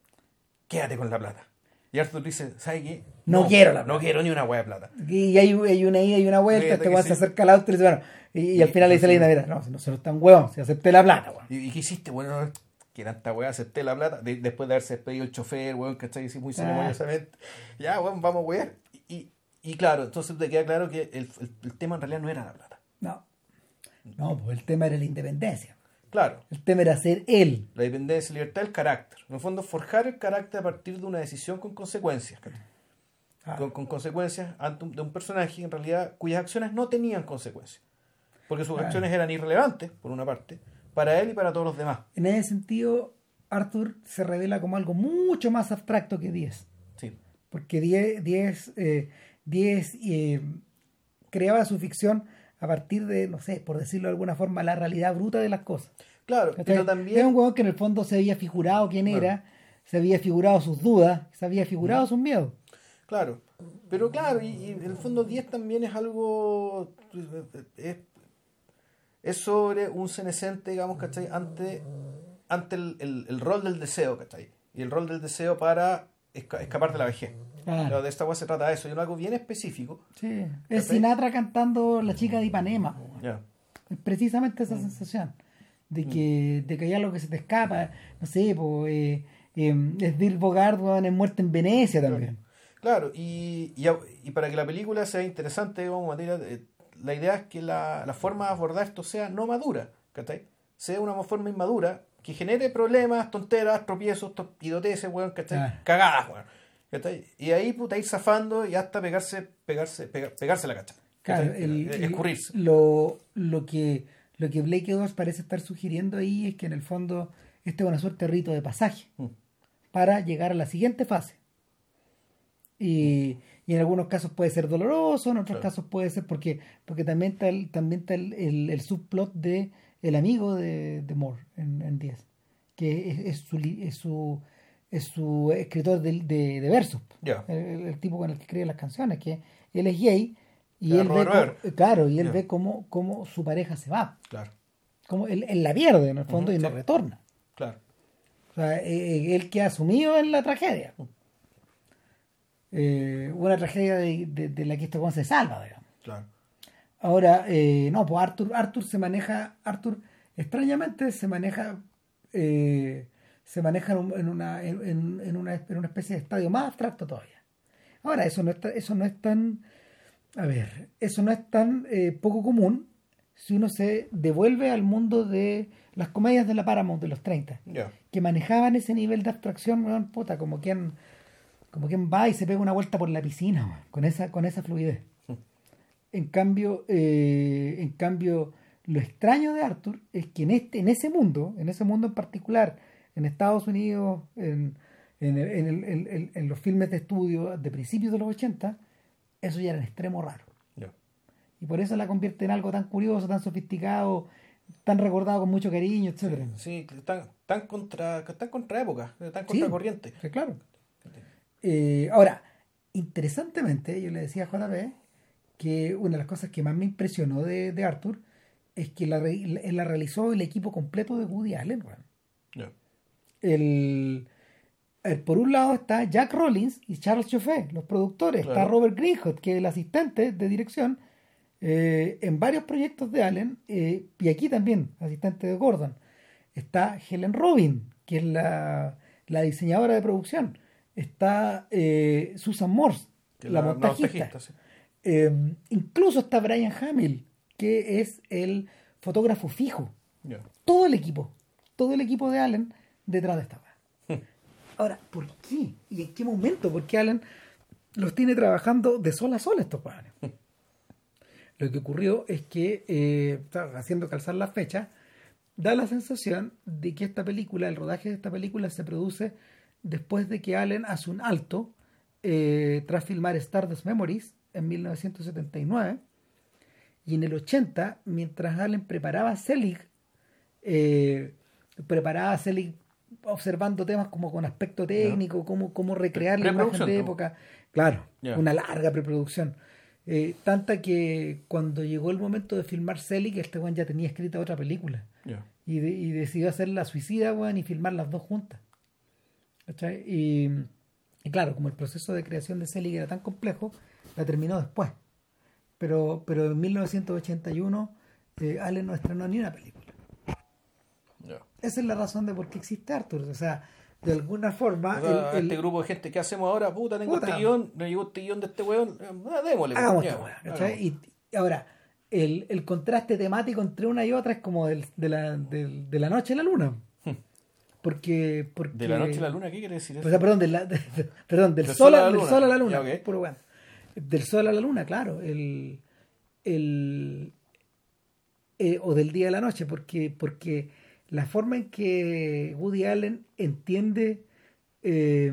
Quédate con la plata. Y Arthur dice, ¿sabes qué?
No quiero la plata.
No quiero ni una hueá de plata.
Y hay, hay una ida y una vuelta,
Fíjate
este
que
weón
sí.
se acerca al auto y le dice, bueno, y, y al
Y-
final le dice
y-
Linda, mira, no, si no se lo están huevón, si acepté la plata, weón.
¿Y, y qué hiciste? Bueno, que tanta weá, acepté la plata. De- después de haberse despedido el chofer, weón, ¿cachai? Así muy ceremoniosamente. Ya, weón, vamos, weón. Y, y, y claro, entonces te queda claro que el, el, el tema en realidad no era la plata.
No, no, pues el tema era la independencia.
Claro,
El tema era ser él.
la dependencia, libertad, el carácter. En el fondo, forjar el carácter a partir de una decisión con consecuencias. ¿cachai?
Ah,
Con, con consecuencias ante un, de un personaje en realidad cuyas acciones no tenían consecuencias. Porque sus
Claro.
acciones eran irrelevantes, por una parte, para él y para todos los demás.
En ese sentido, Arthur se revela como algo mucho más abstracto que Diez.
Sí,
Porque Diez, Diez, eh, Diez eh, creaba su ficción a partir de, no sé, por decirlo de alguna forma, la realidad bruta de las cosas.
claro,
¿Cachai?
pero
Era
también...
un huevón que en el fondo se había figurado quién
Bueno.
era, se había figurado sus dudas, se había figurado sus miedos.
Claro, pero claro, y, y en el fondo diez también es algo... Es, es sobre un senescente, digamos, ¿cachai? Ante, ante el, el, el rol del deseo, ¿cachai? Y el rol del deseo para esca- escapar de la vejez.
Claro.
Claro, de esta cosa se trata de eso, y es algo bien específico.
Sí. Es
¿Cachai?
Sinatra cantando La chica de Ipanema. po.
Ya.
Es precisamente esa sensación de que, de que hay algo que se te escapa. No sé, po, eh, eh, es Bill Bogart weón, en Muerte en Venecia también.
Claro, y, y, a- y para que la película sea interesante, como materia, eh, la idea es que la, la forma de abordar esto sea no madura, ¿cachai? Sea una forma inmadura que genere problemas, tonteras, tropiezos, to- idioteces, weón, ¿cachai?
Ah.
Cagadas, weón. ¿Cachai? Y ahí, puta, ir zafando y hasta pegarse, pegarse, pega- pegarse la cacha.
Claro,
¿cachai?
el-
Eh,
el-
escurrirse.
lo, lo que lo que Blake Edwards parece estar sugiriendo ahí es que en el fondo este es una suerte de rito de pasaje
Mm.
para llegar a la siguiente fase. Y, y en algunos casos puede ser doloroso, en otros
Claro.
casos puede ser porque porque también está el, también está el, el, el subplot de el amigo de, de Moore en, en diez, que es, es su li- es su es su escritor de, de, de versos,
Ya.
el, el tipo con el que escribe las canciones, que él es gay y
Ya,
él ve
Robert
cómo-
Weber.
claro, y él
Ya.
ve cómo, cómo su pareja se va,
Claro,
cómo él, él la pierde en el fondo
Ujú,
y no
sí.
retorna.
claro.
O sea, eh, él queda sumido en la tragedia. eh, una tragedia de, de, de la que este Juan se salva, digamos.
Claro.
Ahora, eh, no, pues Arthur, Arthur se maneja, Arthur extrañamente se maneja, eh, se maneja en, un- en una, en, en- en una, en una especie de estadio más abstracto todavía. Ahora, eso no es, ta- eso no es tan, a ver, eso no es tan eh, poco común si uno se devuelve al mundo de las comedias de la Paramount de los treinta,
Ya.
que manejaban ese nivel de abstracción, weón, puta, como quien, como quien va y se pega una vuelta por la piscina, weón, con esa, con esa fluidez. En cambio, eh, en cambio, lo extraño de Arthur es que en este, en ese mundo, en ese mundo en particular, en Estados Unidos, en, en, el- en el- en- en- en los filmes de estudio de principios de los ochenta, eso ya era en extremo raro.
Ya.
Y por eso la convierte en algo tan curioso, tan sofisticado, tan recordado con mucho cariño, etcétera.
Sí, que tan, tan contra, que tan contra época, tan
Sí,
contra corriente.
sí, claro. Eh, ahora, interesantemente, yo le decía a J P que una de las cosas que más me impresionó de, de Arthur es que la, re- la, la realizó el equipo completo de Woody Allen, weón.
Ya.
El, el- por un lado está Jack Rollins y Charles Chauffet, los productores. Está
Claro.
Robert Greenhut, que es el asistente de dirección eh, en varios proyectos de Allen, eh, y aquí también, asistente de Gordon. Está Helen Robin, que es la, la diseñadora de producción. Está eh, Susan Morse,
Que
la,
la- la
montajista.
montajista, sí.
Eh, incluso está Brian Hamill, que es el fotógrafo fijo.
Ya.
Todo el equipo, todo el equipo de Allen detrás de esta weá. Ahora, ¿por qué? ¿Y en qué momento? Porque Allen los tiene trabajando de sol a sol estos weones. Lo que ocurrió es que, eh, haciendo calzar la fecha, da la sensación de que esta película, el rodaje de esta película se produce después de que Allen hace un alto eh, tras filmar Stardust Memories en mil novecientos setenta y nueve, y en el ochenta, mientras Allen preparaba Selig, eh, preparaba Selig observando temas como con aspecto técnico, cómo, cómo recrear la imagen
Preproducción,
de
¿no?
época. Claro,
Ya.
una larga preproducción. Eh, tanta que cuando llegó el momento de filmar Selig, este weón ya tenía escrita otra película.
Ya.
Y, de- y decidió hacer La Suicida, weón, y filmar las dos juntas. ¿Cachai? Y, y claro, como el proceso de creación de Selig era tan complejo, la terminó después. Pero, pero en mil novecientos ochenta y uno eh, Allen no estrenó ni una película.
Ya.
Esa es la razón de por qué existe Arthur. O sea, de alguna forma...
O sea,
el- el-
este grupo de gente que hacemos ahora, puta, tengo
Puta.
este guión, me llegó este guión de este weón, ah, démosle.
hagamos
ya,
esta weá, ¿cachai?
hagamos.
Y, y ahora, el, el contraste temático entre una y otra es como del- de, la, del- de la noche a la luna. Porque, porque...
De la noche a la luna, ¿qué quiere decir eso?
O sea, perdón, de la- de- de- perdón del, sol, a, del
luna.
sol a la luna.
Ya, ok.
Puro weón. Del sol a la luna, claro. El, el, eh, o del día a la noche, porque, porque la forma en que Woody Allen entiende eh,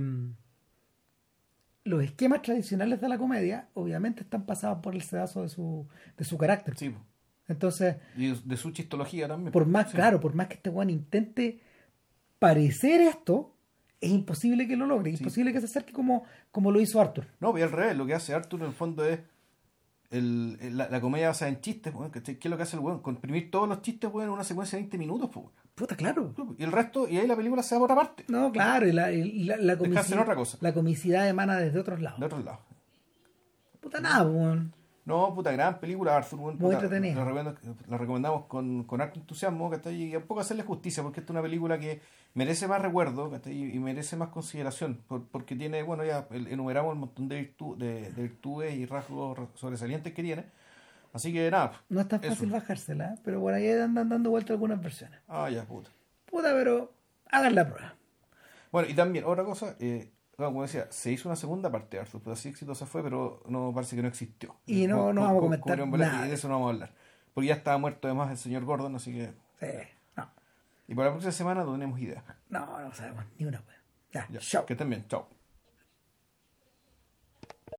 los esquemas tradicionales de la comedia, obviamente están pasados por el sedazo de su, de su carácter.
Sí, po.
Entonces,
y de su chistología también.
por más,
Sí.
claro, por más que este weón intente parecer esto, es imposible que lo logre, es
Sí.
imposible que se acerque como, como lo hizo Arthur.
No, y al revés, lo que hace Arthur en el fondo es el, el- la, la comedia basada en chistes, weón, ¿cachai? ¿Qué es lo que hace el weón? Comprimir todos los chistes, weón, en una secuencia de veinte minutos, pues.
Puta, claro.
Y el resto, y ahí la película se va por otra parte,
No, claro, y la, y la, la,
Descansa en
comicidad,
otra cosa.
la comicidad emana desde otros lados.
de otro lado.
Puta nada, weón.
No, puta, gran película, Arthur, weón,
Muy
puta,
entretenida.
La, recomiendo- la recomendamos con, con harto entusiasmo, ¿cachai? Y un poco hacerle justicia, porque esta es una película que merece más recuerdo, ¿cachai? Y merece más consideración, por- porque tiene, bueno, ya el- enumeramos el montón de, virtu- de, de virtudes y rasgos re- sobresalientes que tiene. Así que nada.
No es tan
eso.
fácil bajársela, ¿eh? Pero por ahí andan dando vuelta algunas versiones.
Ah, ya, puta.
Puta, pero hagan la prueba.
Bueno, y también, otra cosa, eh, bueno, como decía, se hizo una segunda parte de Arthur, pero así exitosa fue, pero no parece que no existió.
Y no-
Cu-
no
cu-
vamos a
cu-
comentar
cubrió un boleto,
nada.
Y de eso no vamos a hablar. Porque ya estaba muerto además el señor Gordon, así que...
Sí, no,
Y para la próxima semana no tenemos idea.
no, no sabemos ni una wea. Ya,
Ya,
chao.
que estén bien, chao.